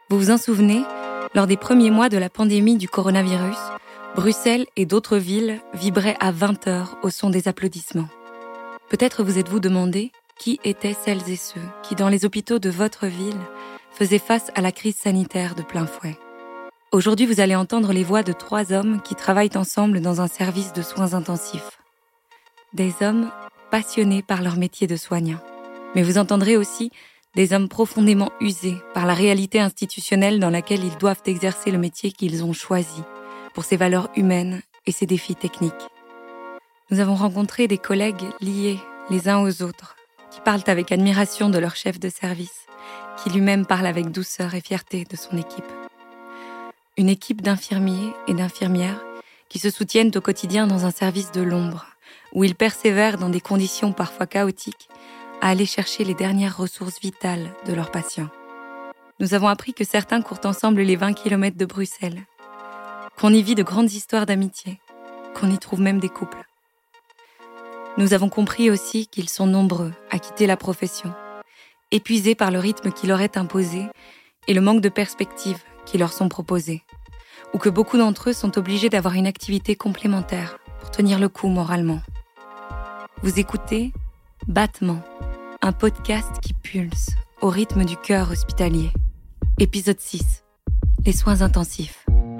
Vous vous en souvenez, lors des premiers mois de la pandémie du coronavirus, Bruxelles et d'autres villes vibraient à 20 heures au son des applaudissements. Peut-être vous êtes-vous demandé qui étaient celles et ceux qui, dans les hôpitaux de votre ville, faisaient face à la crise sanitaire de plein fouet. Aujourd'hui, vous allez entendre les voix de 3 hommes qui travaillent ensemble dans un service de soins intensifs. Des hommes passionnés par leur métier de soignant. Mais vous entendrez aussi des hommes profondément usés par la réalité institutionnelle dans laquelle ils doivent exercer le métier qu'ils ont choisi, pour ses valeurs humaines et ses défis techniques. Nous avons rencontré des collègues liés les uns aux autres, qui parlent avec admiration de leur chef de service, qui lui-même parle avec douceur et fierté de son équipe. Une équipe d'infirmiers et d'infirmières qui se soutiennent au quotidien dans un service de l'ombre, où ils persévèrent dans des conditions parfois chaotiques à aller chercher les dernières ressources vitales de leurs patients. Nous avons appris que certains courent ensemble les 20 km de Bruxelles, qu'on y vit de grandes histoires d'amitié, qu'on y trouve même des couples. Nous avons compris aussi qu'ils sont nombreux à quitter la profession, épuisés par le rythme qui leur est imposé et le manque de perspectives qui leur sont proposées, ou que beaucoup d'entre eux sont obligés d'avoir une activité complémentaire pour tenir le coup moralement. Vous écoutez Battement, un podcast qui pulse au rythme du cœur hospitalier. Épisode 6, les soins intensifs.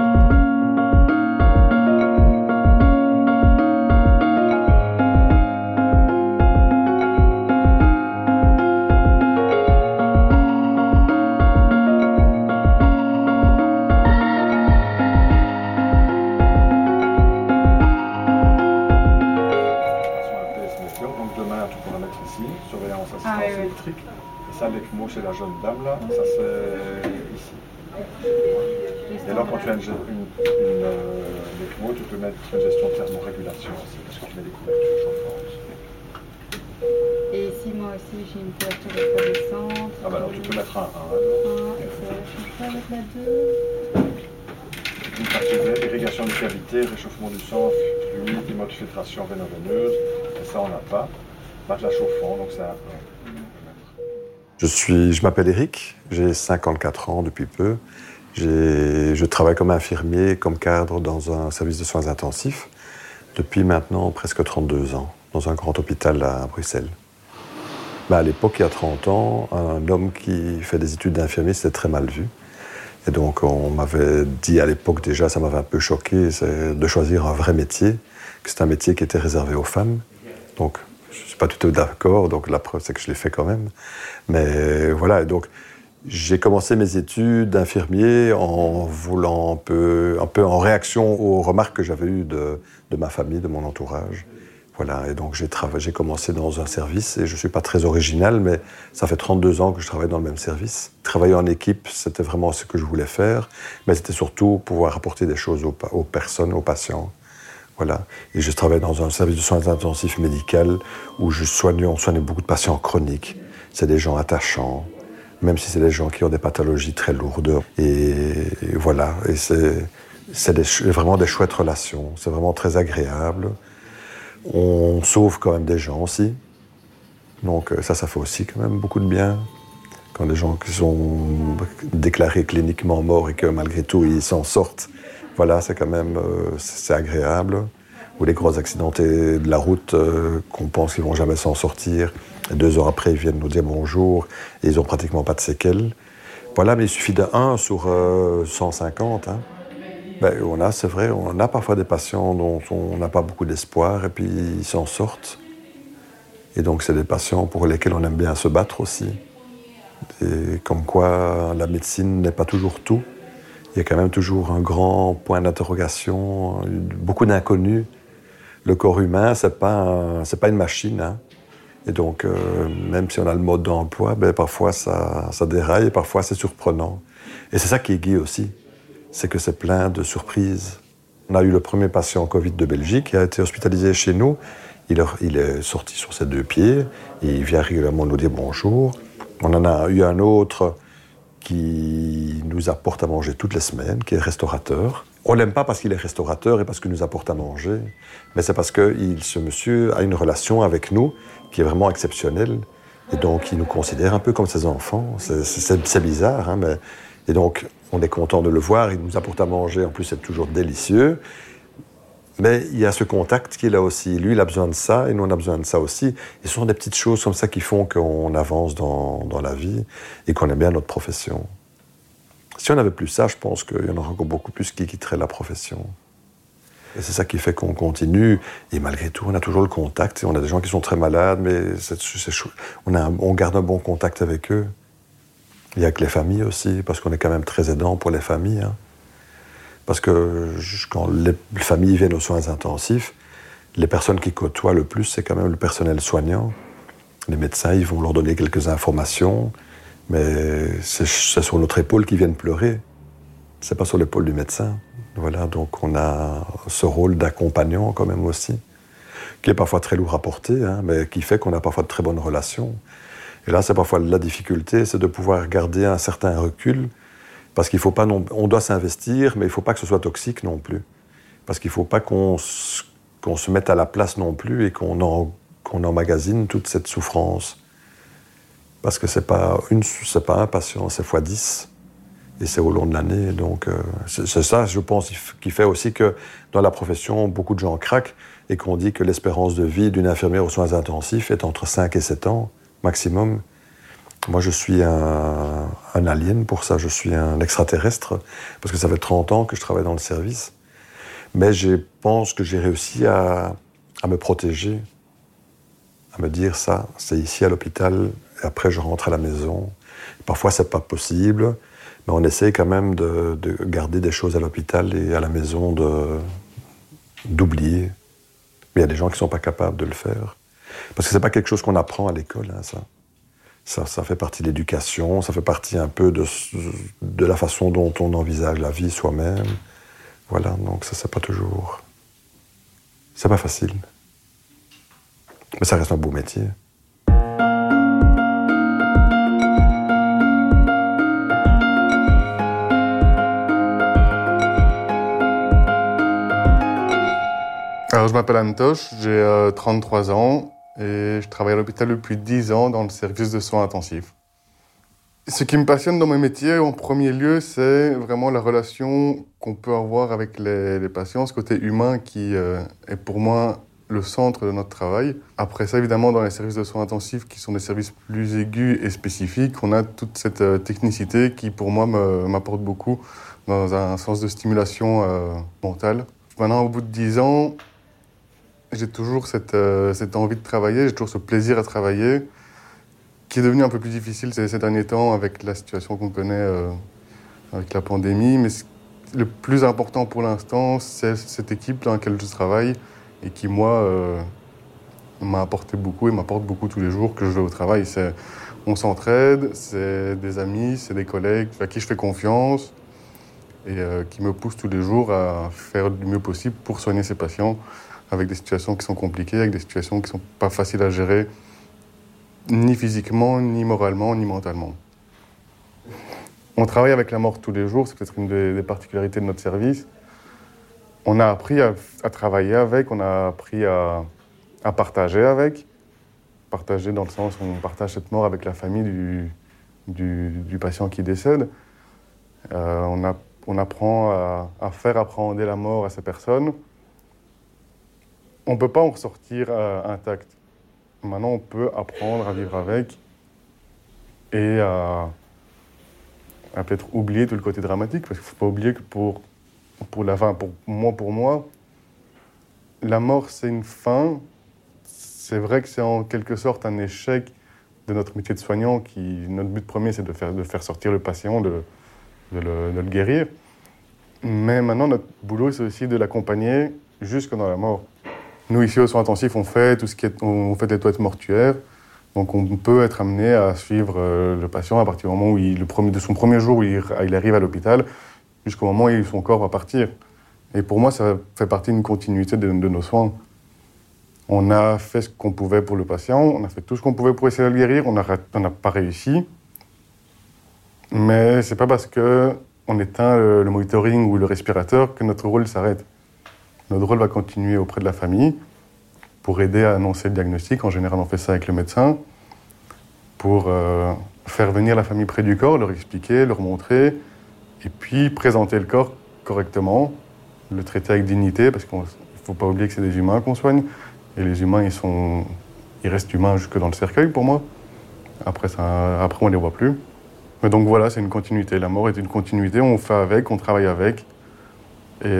Électrique. Et ça, l'ECMO chez la jeune dame, là, ça c'est ici. Et alors, quand tu as une l'ECMO, tu peux mettre une gestion de thermorégulation aussi, parce que tu mets des couvertures chauffantes. Et ici, moi aussi, j'ai une couverture effervescente. Ah bah alors, tu peux mettre un 1. Et ça change pas avec la 2. Une partie irrigation des cavités, réchauffement du sang, fluide, hémofiltration veineuse. Et ça, on n'a pas. Matelas chauffant, donc c'est un 1. Je m'appelle Eric, j'ai 54 ans depuis peu. Je travaille comme infirmier, comme cadre dans un service de soins intensifs depuis maintenant presque 32 ans, dans un grand hôpital à Bruxelles. À l'époque, il y a 30 ans, un homme qui fait des études d'infirmier, c'était très mal vu. Et donc, on m'avait dit à l'époque déjà, ça m'avait un peu choqué, c'est de choisir un vrai métier, que c'est un métier qui était réservé aux femmes. Donc, je ne suis pas tout à fait d'accord, donc la preuve, c'est que je l'ai fait quand même. Mais voilà, donc j'ai commencé mes études d'infirmier en voulant un peu en réaction aux remarques que j'avais eues de ma famille, de mon entourage. Voilà, et donc j'ai commencé dans un service, et je ne suis pas très original, mais ça fait 32 ans que je travaille dans le même service. Travailler en équipe, c'était vraiment ce que je voulais faire, mais c'était surtout pouvoir apporter des choses aux personnes, aux patients. Voilà. Et je travaille dans un service de soins intensifs médical où on soigne beaucoup de patients chroniques. C'est des gens attachants, même si c'est des gens qui ont des pathologies très lourdes. Et voilà. Et c'est vraiment des chouettes relations. C'est vraiment très agréable. On sauve quand même des gens aussi. Donc ça fait aussi quand même beaucoup de bien. Quand des gens qui sont déclarés cliniquement morts et que malgré tout ils s'en sortent. Voilà, c'est quand même c'est agréable. Ou les gros accidentés de la route qu'on pense qu'ils ne vont jamais s'en sortir. Et 2 heures après, ils viennent nous dire bonjour et ils n'ont pratiquement pas de séquelles. Voilà, mais il suffit d'1 sur 150. Hein. C'est vrai, on a parfois des patients dont on n'a pas beaucoup d'espoir et puis ils s'en sortent. Et donc, c'est des patients pour lesquels on aime bien se battre aussi. Et comme quoi, la médecine n'est pas toujours tout. Il y a quand même toujours un grand point d'interrogation, beaucoup d'inconnus. Le corps humain, c'est pas une machine. Hein. Et donc, même si on a le mode d'emploi, parfois ça déraille et parfois c'est surprenant. Et c'est ça qui est gai aussi, c'est que c'est plein de surprises. On a eu le premier patient Covid de Belgique qui a été hospitalisé chez nous. Il est sorti sur ses 2 pieds, et il vient régulièrement nous dire bonjour. On en a eu un autre qui nous apporte à manger toutes les semaines, qui est restaurateur. On ne l'aime pas parce qu'il est restaurateur et parce qu'il nous apporte à manger, mais c'est parce que ce monsieur a une relation avec nous qui est vraiment exceptionnelle. Et donc, il nous considère un peu comme ses enfants. C'est bizarre, hein, mais Et donc, on est content de le voir, il nous apporte à manger, en plus c'est toujours délicieux. Mais il y a ce contact qui est là aussi. Lui, il a besoin de ça et nous, on a besoin de ça aussi. Et ce sont des petites choses comme ça qui font qu'on avance dans la vie et qu'on aime bien notre profession. Si on n'avait plus ça, je pense qu'il y en aurait encore beaucoup plus qui quitteraient la profession. Et c'est ça qui fait qu'on continue. Et malgré tout, on a toujours le contact. Et on a des gens qui sont très malades, mais on garde un bon contact avec eux. Il y a que les familles aussi, parce qu'on est quand même très aidant pour les familles. Hein. Parce que quand les familles viennent aux soins intensifs, les personnes qui côtoient le plus, c'est quand même le personnel soignant. Les médecins, ils vont leur donner quelques informations, mais c'est sur notre épaule qu'ils viennent pleurer. C'est pas sur l'épaule du médecin. Voilà, donc on a ce rôle d'accompagnant quand même aussi, qui est parfois très lourd à porter, hein, mais qui fait qu'on a parfois de très bonnes relations. Et là, c'est parfois la difficulté, c'est de pouvoir garder un certain recul, parce qu'il faut pas on doit s'investir, mais il ne faut pas que ce soit toxique non plus. Parce qu'il ne faut pas qu'on se mette à la place non plus et qu'on emmagasine toute cette souffrance. Parce que c'est pas un patient, c'est x10. Et c'est au long de l'année. Donc, c'est ça, je pense, qui fait aussi que dans la profession, beaucoup de gens craquent et qu'on dit que l'espérance de vie d'une infirmière aux soins intensifs est entre 5 et 7 ans maximum. Moi, je suis un alien pour ça, je suis un extraterrestre, parce que ça fait 30 ans que je travaille dans le service. Mais je pense que j'ai réussi à me protéger, à me dire ça, c'est ici à l'hôpital, et après je rentre à la maison. Parfois, c'est pas possible, mais on essaie quand même de garder des choses à l'hôpital et à la maison, d'oublier. Mais il y a des gens qui ne sont pas capables de le faire. Parce que ce n'est pas quelque chose qu'on apprend à l'école, hein, ça. Ça fait partie de l'éducation, ça fait partie un peu de la façon dont on envisage la vie soi-même. Voilà, donc ça, c'est pas toujours... C'est pas facile. Mais ça reste un beau métier. Alors, je m'appelle Antosh, j'ai 33 ans. Et je travaille à l'hôpital depuis 10 ans dans le service de soins intensifs. Ce qui me passionne dans mon métier, en premier lieu, c'est vraiment la relation qu'on peut avoir avec les patients, ce côté humain qui est pour moi le centre de notre travail. Après ça, évidemment, dans les services de soins intensifs, qui sont des services plus aigus et spécifiques, on a toute cette technicité qui, pour moi, m'apporte beaucoup dans un sens de stimulation mentale. Maintenant, au bout de 10 ans, j'ai toujours cette envie de travailler, j'ai toujours ce plaisir à travailler, qui est devenu un peu plus difficile ces derniers temps avec la situation qu'on connaît avec la pandémie. Mais le plus important pour l'instant, c'est cette équipe dans laquelle je travaille et qui, moi, m'a apporté beaucoup et m'apporte beaucoup tous les jours que je vais au travail. On s'entraide, c'est des amis, c'est des collègues à qui je fais confiance et qui me poussent tous les jours à faire du mieux possible pour soigner ces patients, avec des situations qui sont compliquées, avec des situations qui ne sont pas faciles à gérer, ni physiquement, ni moralement, ni mentalement. On travaille avec la mort tous les jours, c'est peut-être une des particularités de notre service. On a appris à travailler avec, on a appris à partager avec. Partager dans le sens où on partage cette mort avec la famille du patient qui décède. On apprend à faire appréhender la mort à ces personnes. On ne peut pas en ressortir intact. Maintenant, on peut apprendre à vivre avec et à peut-être oublier tout le côté dramatique, parce qu'il ne faut pas oublier que pour moi, la mort, c'est une fin. C'est vrai que c'est en quelque sorte un échec de notre métier de soignant. Notre but premier, c'est de faire sortir le patient, de le guérir. Mais maintenant, notre boulot, c'est aussi de l'accompagner jusque dans la mort. Nous, ici, aux soins intensifs, on fait on fait des toilettes mortuaires. Donc, on peut être amené à suivre le patient à partir du moment où de son premier jour où il arrive à l'hôpital jusqu'au moment où son corps va partir. Et pour moi, ça fait partie d'une continuité de nos soins. On a fait ce qu'on pouvait pour le patient, on a fait tout ce qu'on pouvait pour essayer de le guérir, on n'a pas réussi. Mais c'est pas parce qu'on éteint le monitoring ou le respirateur que notre rôle s'arrête. Notre rôle va continuer auprès de la famille pour aider à annoncer le diagnostic. En général, on fait ça avec le médecin pour faire venir la famille près du corps, leur expliquer, leur montrer Et puis présenter le corps correctement, le traiter avec dignité, parce qu'il ne faut pas oublier que c'est des humains qu'on soigne. Et les humains, ils restent humains jusque dans le cercueil pour moi. Après, on ne les voit plus. Mais donc voilà, c'est une continuité. La mort est une continuité, on fait avec, on travaille avec. Et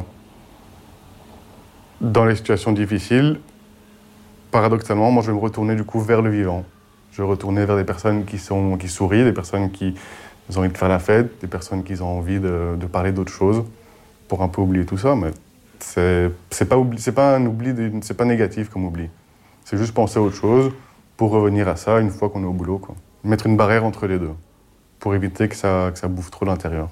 dans les situations difficiles, paradoxalement, moi je vais me retourner du coup vers le vivant. Je vais retourner vers des personnes qui sourient, des personnes qui ont envie de faire la fête, des personnes qui ont envie de parler d'autre chose pour un peu oublier tout ça. Mais c'est pas un oubli, c'est pas négatif comme oubli. C'est juste penser à autre chose pour revenir à ça une fois qu'on est au boulot, quoi. Mettre une barrière entre les deux pour éviter que ça bouffe trop l'intérieur.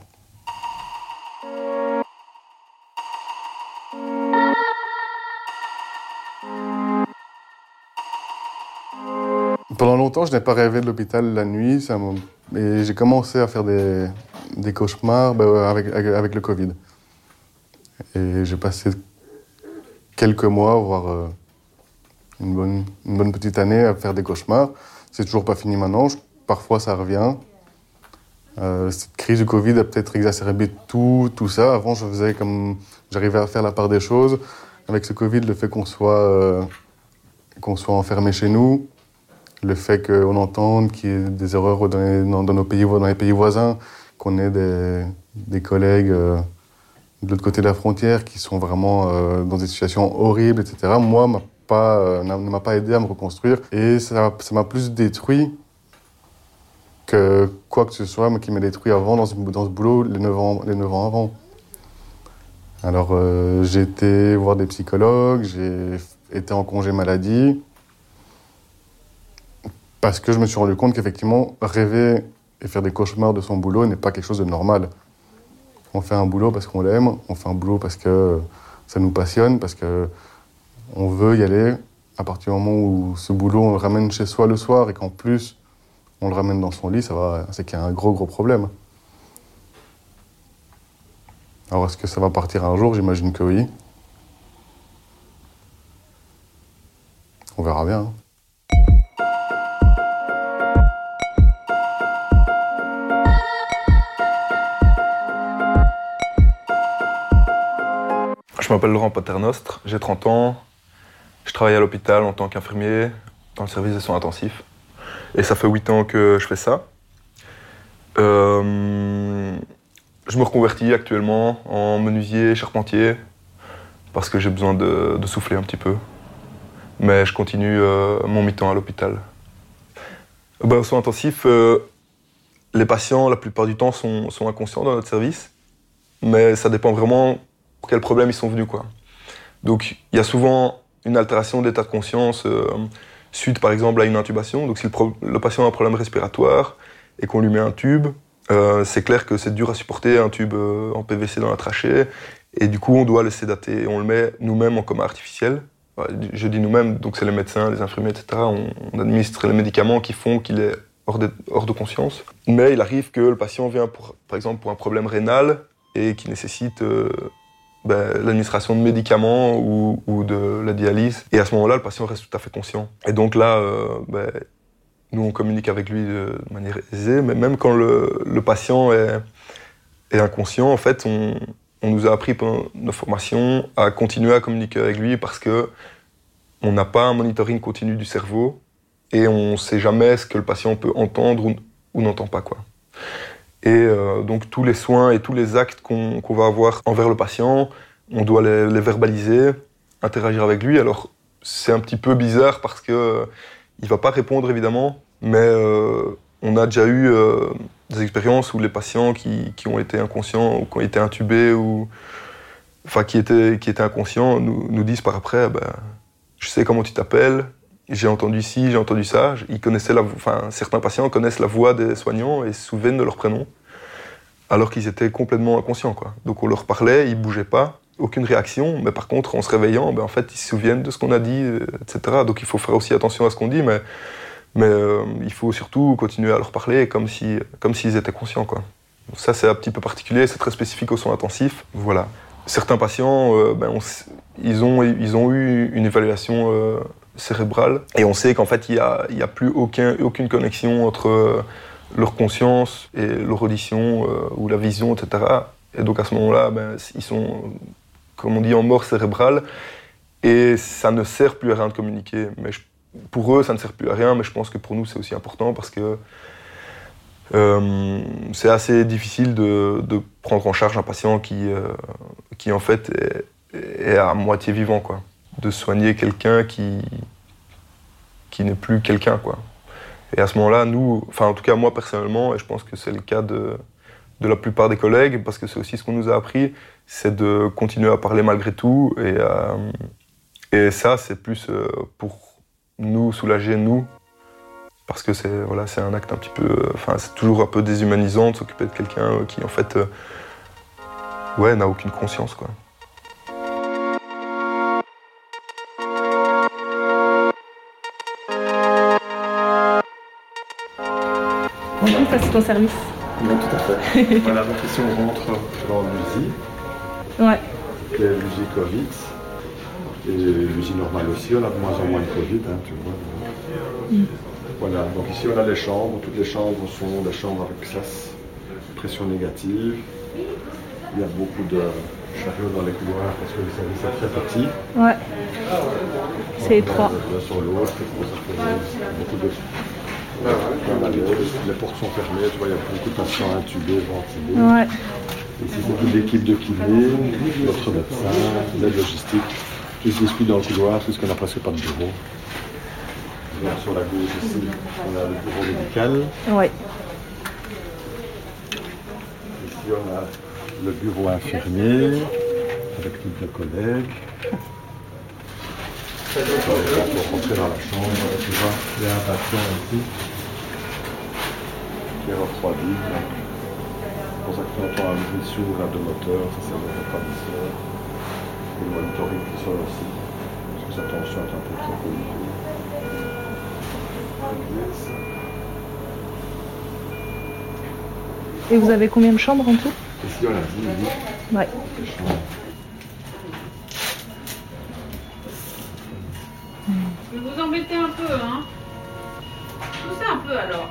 Pendant longtemps, je n'ai pas rêvé de l'hôpital la nuit. Et j'ai commencé à faire des cauchemars avec le Covid. Et j'ai passé quelques mois, voire une bonne petite année à faire des cauchemars. C'est toujours pas fini maintenant. Parfois, ça revient. Cette crise du Covid a peut-être exacerbé tout ça. Avant, j'arrivais à faire la part des choses. Avec ce Covid, le fait qu'on soit enfermé chez nous, le fait qu'on entende qu'il y ait des erreurs dans les pays voisins, qu'on ait des collègues de l'autre côté de la frontière qui sont vraiment dans des situations horribles, etc. Moi, ne m'a pas aidé à me reconstruire. Et ça m'a plus détruit que quoi que ce soit, mais qui m'a détruit avant dans ce boulot, les 9 ans avant. Alors, j'ai été voir des psychologues, j'ai été en congé maladie, parce que je me suis rendu compte qu'effectivement, rêver et faire des cauchemars de son boulot n'est pas quelque chose de normal. On fait un boulot parce qu'on l'aime, on fait un boulot parce que ça nous passionne, parce qu'on veut y aller. À partir du moment où ce boulot, on le ramène chez soi le soir et qu'en plus, on le ramène dans son lit, c'est qu'il y a un gros problème. Alors, est-ce que ça va partir un jour? J'imagine que oui. On verra bien. Je m'appelle Laurent Paternostre, j'ai 30 ans. Je travaille à l'hôpital en tant qu'infirmier dans le service de soins intensifs. Et ça fait 8 ans que je fais ça. Je me reconvertis actuellement en menuisier, charpentier, parce que j'ai besoin de souffler un petit peu. Mais je continue mon mi-temps à l'hôpital. Aux soins intensifs, les patients, la plupart du temps, sont inconscients dans notre service. Mais ça dépend vraiment pour quel problème ils sont venus, quoi. Donc, il y a souvent une altération d'état de conscience suite, par exemple, à une intubation. Donc, si le patient a un problème respiratoire et qu'on lui met un tube, c'est clair que c'est dur à supporter, un tube en PVC dans la trachée. Et du coup, on doit le sédater. On le met nous-mêmes en coma artificiel. Je dis nous-mêmes, donc c'est les médecins, les infirmiers, etc. On administre les médicaments qui font qu'il est hors de conscience. Mais il arrive que le patient vient, par exemple, pour un problème rénal et qui nécessite l'administration de médicaments ou de la dialyse. Et à ce moment-là, le patient reste tout à fait conscient. Et donc là, nous, on communique avec lui de manière aisée, mais même quand le patient est inconscient, en fait, on nous a appris pendant nos formations à continuer à communiquer avec lui parce qu'on n'a pas un monitoring continu du cerveau et on ne sait jamais ce que le patient peut entendre ou n'entend pas, quoi. Et donc tous les soins et tous les actes qu'on va avoir envers le patient, on doit les verbaliser, interagir avec lui. Alors c'est un petit peu bizarre parce qu'il ne va pas répondre évidemment, mais on a déjà eu des expériences où les patients qui ont été inconscients ou qui ont été intubés qui étaient inconscients nous disent par après je sais comment tu t'appelles, j'ai entendu ci, j'ai entendu ça. Ils connaissaient certains patients connaissent la voix des soignants et se souviennent de leur prénom, alors qu'ils étaient complètement inconscients, quoi. Donc on leur parlait, ils bougeaient pas, aucune réaction, mais par contre en se réveillant, en fait ils se souviennent de ce qu'on a dit, etc. Donc il faut faire aussi attention à ce qu'on dit, mais il faut surtout continuer à leur parler comme s'ils étaient conscients, quoi. Ça c'est un petit peu particulier, c'est très spécifique aux soins intensifs. Voilà. Certains patients, ils ont eu une évaluation cérébrale et on sait qu'en fait il y a plus aucune connexion entre leur conscience et leur audition ou la vision, etc. Et donc à ce moment-là, ils sont, comme on dit, en mort cérébrale et ça ne sert plus à rien de communiquer. Mais pour eux, ça ne sert plus à rien, mais je pense que pour nous, c'est aussi important parce que c'est assez difficile de prendre en charge un patient qui en fait est à moitié vivant, quoi. De soigner quelqu'un qui n'est plus quelqu'un, quoi. Et à ce moment-là, nous, enfin en tout cas moi personnellement, et je pense que c'est le cas de la plupart des collègues, parce que c'est aussi ce qu'on nous a appris, c'est de continuer à parler malgré tout. Et ça, c'est plus pour nous soulager, nous, parce que c'est un acte un petit peu... Enfin, c'est toujours un peu déshumanisant de s'occuper de quelqu'un qui, en fait, n'a aucune conscience, quoi. Donc ça, c'est ton service. Oui, tout à fait. Voilà, donc ici on rentre dans l'USI. Ouais. Il y a l'USI Covid. Et l'USI normale aussi, on a de moins en moins de Covid, hein, tu vois. Voilà, donc ici on a les chambres. Toutes les chambres sont des chambres avec SAS, pression négative. Il y a beaucoup de chariots dans les couloirs parce que le service est très petit. Ouais. C'est étroit. L'un sur l'autre, ça fait beaucoup de... Les portes sont fermées, tu vois, il y a beaucoup de patients intubés, ventilés. Ouais. Ici, c'est toute l'équipe de kiné, notre médecin, l'aide logistique. Qui se discutent dans le couloir, puisqu'on n'a presque pas de bureau. Donc, sur la gauche ici, on a le bureau médical. Ouais. Ici, on a le bureau infirmier, avec toutes les collègues. On peut rentrer dans la chambre, tu vois, il y a un patient ici qui est refroidi. C'est pour ça que tu entends un bruit sourd à deux moteurs, ça c'est le refroidisseur. Et le monitoring qui sonne aussi, parce que sa tension est un peu trop élevée. Et vous avez combien de chambres en tout? Ici on a 10 lits. Ouais. Les chambres. Je vais vous embêter un peu, hein. Poussez un peu alors.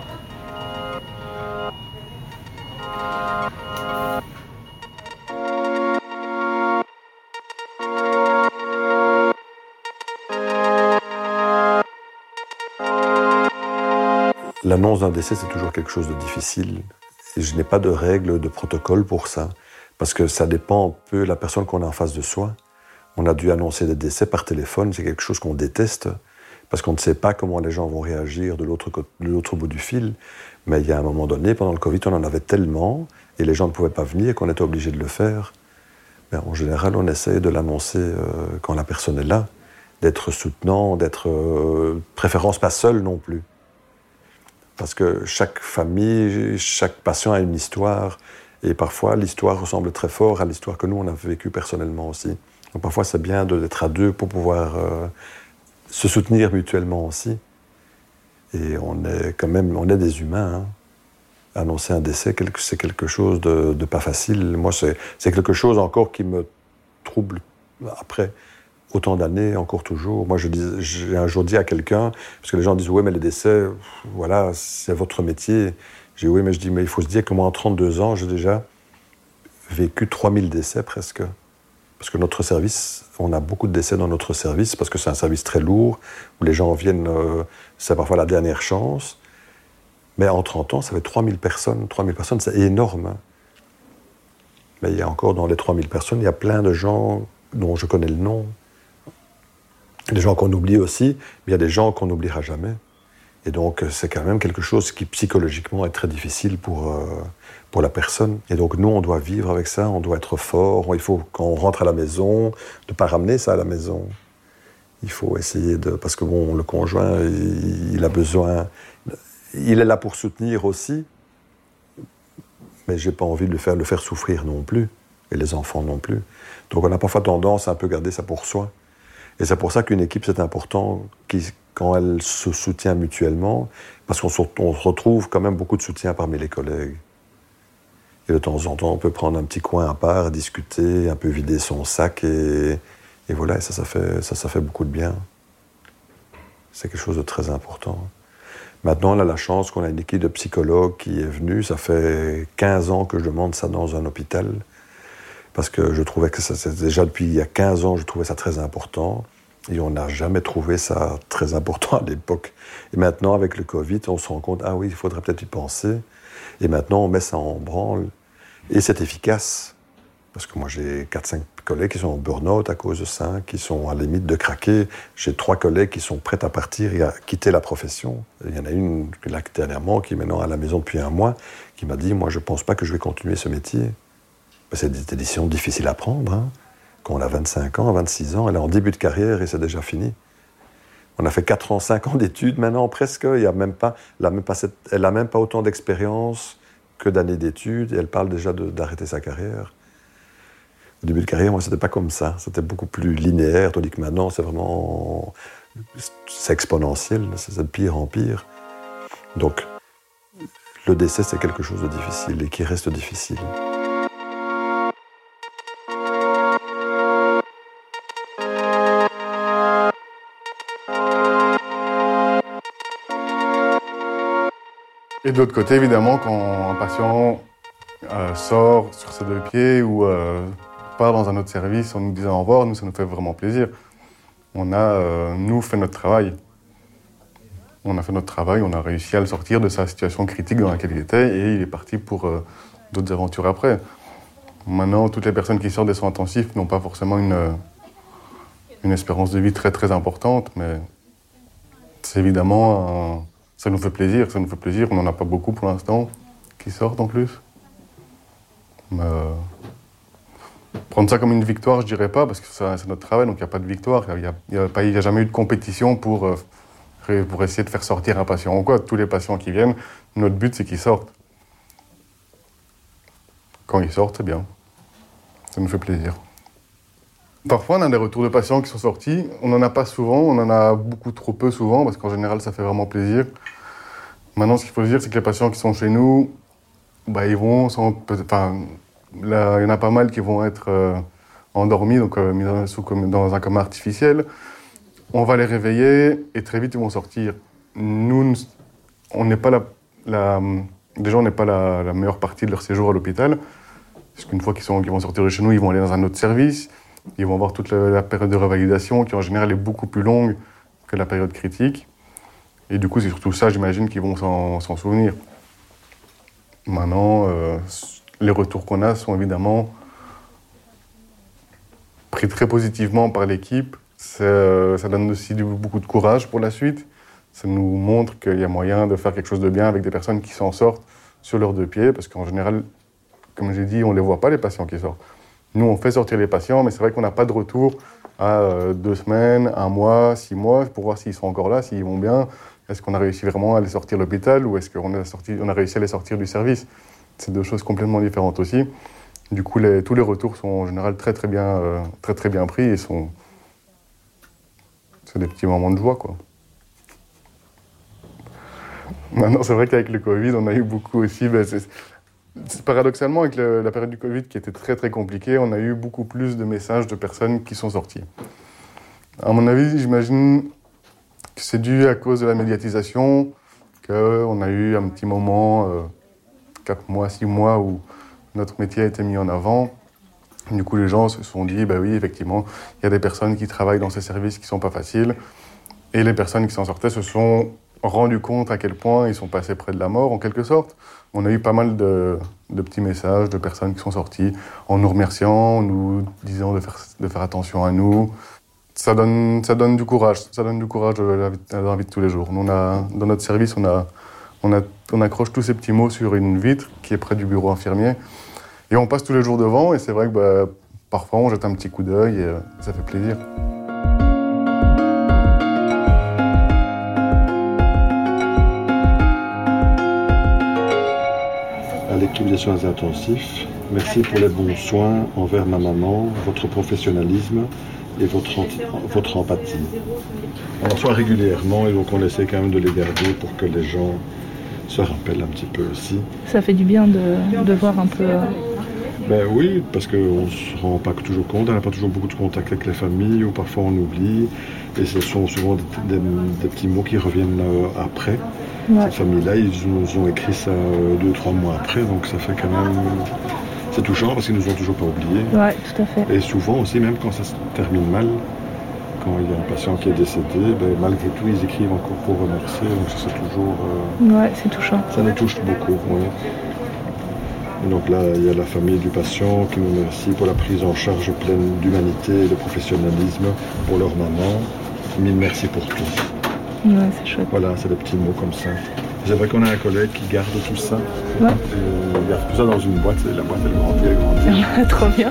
L'annonce d'un décès, c'est toujours quelque chose de difficile. Et je n'ai pas de règles, de protocole pour ça. Parce que ça dépend un peu de la personne qu'on a en face de soi. On a dû annoncer des décès par téléphone, c'est quelque chose qu'on déteste. Parce qu'on ne sait pas comment les gens vont réagir de l'autre bout du fil. Mais il y a un moment donné, pendant le Covid, on en avait tellement, et les gens ne pouvaient pas venir, qu'on était obligé de le faire. Mais en général, on essaie de l'annoncer quand la personne est là, d'être soutenant, d'être préférence pas seul non plus. Parce que chaque famille, chaque patient a une histoire, et parfois l'histoire ressemble très fort à l'histoire que nous, on a vécue personnellement aussi. Donc parfois, c'est bien d'être à deux pour pouvoir se soutenir mutuellement aussi. Et on est des humains. Hein. Annoncer un décès, c'est quelque chose de pas facile. Moi, c'est quelque chose encore qui me trouble après autant d'années, encore toujours. Moi, j'ai un jour dit à quelqu'un, parce que les gens disent « Oui, mais les décès, voilà, c'est votre métier. » J'ai dit « Oui, mais il faut se dire que moi, en 32 ans, j'ai déjà vécu 3000 décès presque. » Parce que notre service, on a beaucoup de décès dans notre service, parce que c'est un service très lourd, où les gens viennent, c'est parfois la dernière chance. Mais en 30 ans, ça fait 3000 personnes. 3000 personnes, c'est énorme. Hein. Mais il y a encore, dans les 3000 personnes, il y a plein de gens dont je connais le nom. Des gens qu'on oublie aussi, mais il y a des gens qu'on n'oubliera jamais. Et donc, c'est quand même quelque chose qui, psychologiquement, est très difficile pour la personne. Et donc, nous, on doit vivre avec ça, on doit être fort. Il faut, quand on rentre à la maison, de ne pas ramener ça à la maison. Il faut essayer de... Parce que, bon, le conjoint, il a besoin... Il est là pour soutenir aussi, mais je n'ai pas envie de le faire souffrir non plus, et les enfants non plus. Donc, on a parfois tendance à un peu garder ça pour soi. Et c'est pour ça qu'une équipe, c'est important quand elle se soutient mutuellement, parce qu'on retrouve quand même beaucoup de soutien parmi les collègues. Et de temps en temps, on peut prendre un petit coin à part, discuter, un peu vider son sac, et voilà, et ça fait beaucoup de bien. C'est quelque chose de très important. Maintenant, on a la chance qu'on a une équipe de psychologues qui est venue. Ça fait 15 ans que je demande ça dans un hôpital. Parce que je trouvais que c'est déjà depuis il y a 15 ans, je trouvais ça très important. Et on n'a jamais trouvé ça très important à l'époque. Et maintenant, avec le Covid, on se rend compte, ah oui, il faudrait peut-être y penser. Et maintenant, on met ça en branle. Et c'est efficace. Parce que moi, j'ai 4-5 collègues qui sont en burn-out à cause de ça, qui sont à la limite de craquer. J'ai 3 collègues qui sont prêts à partir et à quitter la profession. Il y en a une, là, dernièrement, qui est maintenant à la maison depuis 1 mois, qui m'a dit, moi, je ne pense pas que je vais continuer ce métier. C'est des décisions difficiles à prendre. Hein. Quand on a 25 ans, 26 ans, elle est en début de carrière et c'est déjà fini. On a fait 4 ans, 5 ans d'études maintenant, presque. Elle n'a même pas autant d'expérience que d'années d'études et elle parle déjà d'arrêter sa carrière. Au début de carrière, moi, c'était pas comme ça. C'était beaucoup plus linéaire, tandis que maintenant, c'est exponentiel. C'est de pire en pire. Donc, le décès, c'est quelque chose de difficile et qui reste difficile. Et de l'autre côté, évidemment, quand un patient sort sur ses 2 pieds ou part dans un autre service en nous disant au revoir, nous, ça nous fait vraiment plaisir. On a, nous, fait notre travail. On a fait notre travail, on a réussi à le sortir de sa situation critique dans laquelle il était et il est parti pour d'autres aventures après. Maintenant, toutes les personnes qui sortent des soins intensifs n'ont pas forcément une espérance de vie très, très importante, mais c'est évidemment... Ça nous fait plaisir. On n'en a pas beaucoup pour l'instant qui sortent en plus. Mais, prendre ça comme une victoire, je dirais pas, parce que c'est notre travail, donc il n'y a pas de victoire. Il n'y a jamais eu de compétition pour essayer de faire sortir un patient ou quoi. Tous les patients qui viennent, notre but, c'est qu'ils sortent. Quand ils sortent, c'est bien. Ça nous fait plaisir. Parfois, on a des retours de patients qui sont sortis. On n'en a pas souvent, on en a beaucoup trop peu souvent, parce qu'en général, ça fait vraiment plaisir. Maintenant, ce qu'il faut se dire, c'est que les patients qui sont chez nous, ils vont... il y en a pas mal qui vont être endormis, donc mis dans un coma artificiel. On va les réveiller et très vite, ils vont sortir. Nous, on n'est pas déjà, on n'est pas la meilleure partie de leur séjour à l'hôpital, parce qu'une fois qu'ils vont sortir de chez nous, ils vont aller dans un autre service. Ils vont avoir toute la période de revalidation qui, en général, est beaucoup plus longue que la période critique. Et du coup, c'est surtout ça, j'imagine, qu'ils vont s'en souvenir. Maintenant, les retours qu'on a sont évidemment pris très positivement par l'équipe. Ça donne aussi beaucoup de courage pour la suite. Ça nous montre qu'il y a moyen de faire quelque chose de bien avec des personnes qui s'en sortent sur leurs 2 pieds. Parce qu'en général, comme j'ai dit, on ne les voit pas, les patients qui sortent. Nous, on fait sortir les patients, mais c'est vrai qu'on n'a pas de retour à 2 semaines, 1 mois, 6 mois, pour voir s'ils sont encore là, s'ils vont bien. Est-ce qu'on a réussi vraiment à les sortir de l'hôpital ou est-ce qu'on a réussi à les sortir du service? C'est 2 choses complètement différentes aussi. Du coup, tous les retours sont en général très très bien pris et c'est des petits moments de joie, quoi. Maintenant, c'est vrai qu'avec le Covid, on a eu beaucoup aussi... Paradoxalement, avec la période du Covid qui était très très compliquée, on a eu beaucoup plus de messages de personnes qui sont sorties. À mon avis, j'imagine que c'est dû à cause de la médiatisation, qu'on a eu un petit moment, 4 mois, 6 mois, où notre métier a été mis en avant. Du coup, les gens se sont dit, oui, effectivement, il y a des personnes qui travaillent dans ces services qui ne sont pas faciles. Et les personnes qui s'en sortaient se sont rendu compte à quel point ils sont passés près de la mort, en quelque sorte. On a eu pas mal de petits messages de personnes qui sont sorties en nous remerciant, en nous disant de faire attention à nous. Ça donne du courage. Ça donne du courage dans la vie de tous les jours. Nous, dans notre service, on accroche tous ces petits mots sur une vitre qui est près du bureau infirmier. Et on passe tous les jours devant, et c'est vrai que parfois on jette un petit coup d'œil et ça fait plaisir. À l'équipe des soins intensifs, merci pour les bons soins envers ma maman, votre professionnalisme et votre empathie. On en reçoit régulièrement et donc on essaie quand même de les garder pour que les gens se rappellent un petit peu aussi. Ça fait du bien de voir un peu Ben oui, parce qu'on ne se rend pas toujours compte, on n'a pas toujours beaucoup de contact avec les familles, ou parfois on oublie. Et ce sont souvent des petits mots qui reviennent après. Ouais. Cette famille-là, ils nous ont écrit ça 2-3 mois après, donc ça fait quand même... C'est touchant parce qu'ils nous ont toujours pas oubliés. Ouais, tout à fait. Et souvent aussi, même quand ça se termine mal, quand il y a un patient qui est décédé, ben, malgré tout, ils écrivent encore pour remercier, donc ça c'est toujours... Ouais, c'est touchant. Ça nous touche beaucoup, oui. Et donc là, il y a la famille du patient qui nous remercie pour la prise en charge pleine d'humanité et de professionnalisme pour leur maman. Mille merci pour tout. Ouais, c'est chouette. Voilà, c'est des petits mots comme ça. C'est vrai qu'on a un collègue qui garde tout ça. Ouais. Il garde tout ça dans une boîte, et la boîte elle grandit, elle grandit. Trop bien.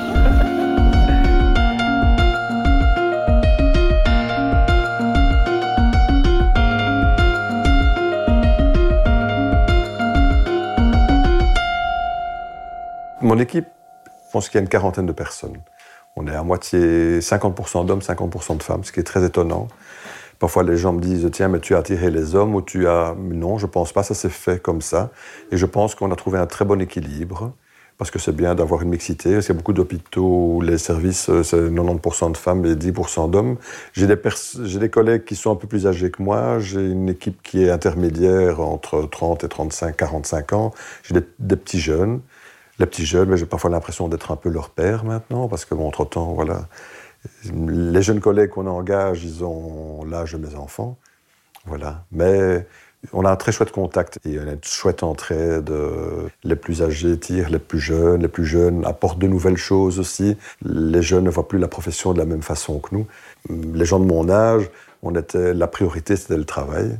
Mon équipe, je pense qu'il y a une quarantaine de personnes. On est à moitié 50% d'hommes, 50% de femmes, ce qui est très étonnant. Parfois, les gens me disent « Tiens, mais tu as attiré les hommes ou tu as... » Non, je ne pense pas, ça s'est fait comme ça. Et je pense qu'on a trouvé un très bon équilibre, parce que c'est bien d'avoir une mixité. Parce qu'il y a beaucoup d'hôpitaux où les services, c'est 90% de femmes et 10% d'hommes. J'ai des collègues qui sont un peu plus âgés que moi. J'ai une équipe qui est intermédiaire entre 30 et 35, 45 ans. J'ai des petits jeunes. Les petits jeunes, mais j'ai parfois l'impression d'être un peu leur père maintenant, parce que, bon, entre-temps, voilà, les jeunes collègues qu'on engage, ils ont l'âge de mes enfants, voilà. Mais on a un très chouette contact et on a une chouette entraide. Les plus âgés tirent les plus jeunes apportent de nouvelles choses aussi. Les jeunes ne voient plus la profession de la même façon que nous. Les gens de mon âge, la priorité, c'était le travail.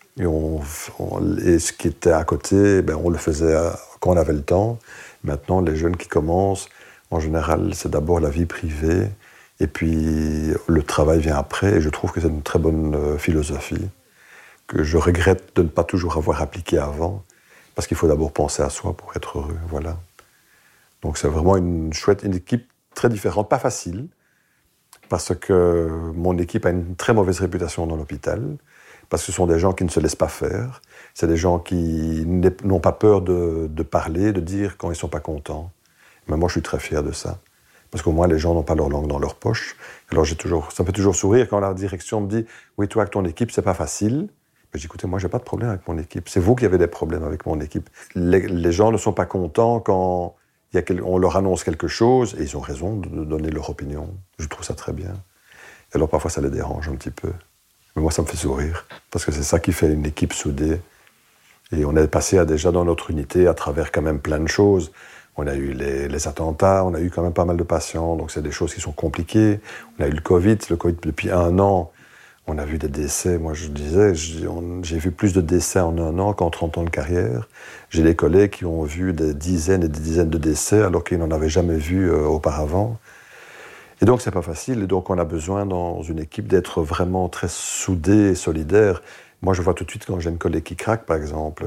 Et ce qui était à côté, ben, on le faisait quand on avait le temps. Maintenant, les jeunes qui commencent, en général, c'est d'abord la vie privée, et puis le travail vient après, et je trouve que c'est une très bonne philosophie, que je regrette de ne pas toujours avoir appliquée avant, parce qu'il faut d'abord penser à soi pour être heureux, voilà. Donc c'est vraiment une équipe très différente, pas facile, parce que mon équipe a une très mauvaise réputation dans l'hôpital, parce que ce sont des gens qui ne se laissent pas faire. C'est des gens qui n'ont pas peur de parler, de dire quand ils ne sont pas contents. Mais moi, je suis très fier de ça. Parce qu'au moins, les gens n'ont pas leur langue dans leur poche. Alors, ça me fait toujours sourire quand la direction me dit « Oui, toi, avec ton équipe, c'est pas facile. » Mais je dis « Écoutez, moi, j'ai pas de problème avec mon équipe. C'est vous qui avez des problèmes avec mon équipe. » Les gens ne sont pas contents quand on leur annonce quelque chose, et ils ont raison de donner leur opinion. Je trouve ça très bien. Et alors, parfois, ça les dérange un petit peu. Mais moi, ça me fait sourire, parce que c'est ça qui fait une équipe soudée. Et on est passé déjà dans notre unité à travers quand même plein de choses. On a eu les attentats, on a eu quand même pas mal de patients, donc c'est des choses qui sont compliquées. On a eu le Covid depuis 1 an, on a vu des décès. Moi, je disais, j'ai vu plus de décès en 1 an qu'en 30 ans de carrière. J'ai des collègues qui ont vu des dizaines et des dizaines de décès, alors qu'ils n'en avaient jamais vu auparavant. Et donc, c'est pas facile. Et donc, on a besoin, dans une équipe, d'être vraiment très soudé et solidaire. Moi, je vois tout de suite quand j'ai une collègue qui craque, par exemple.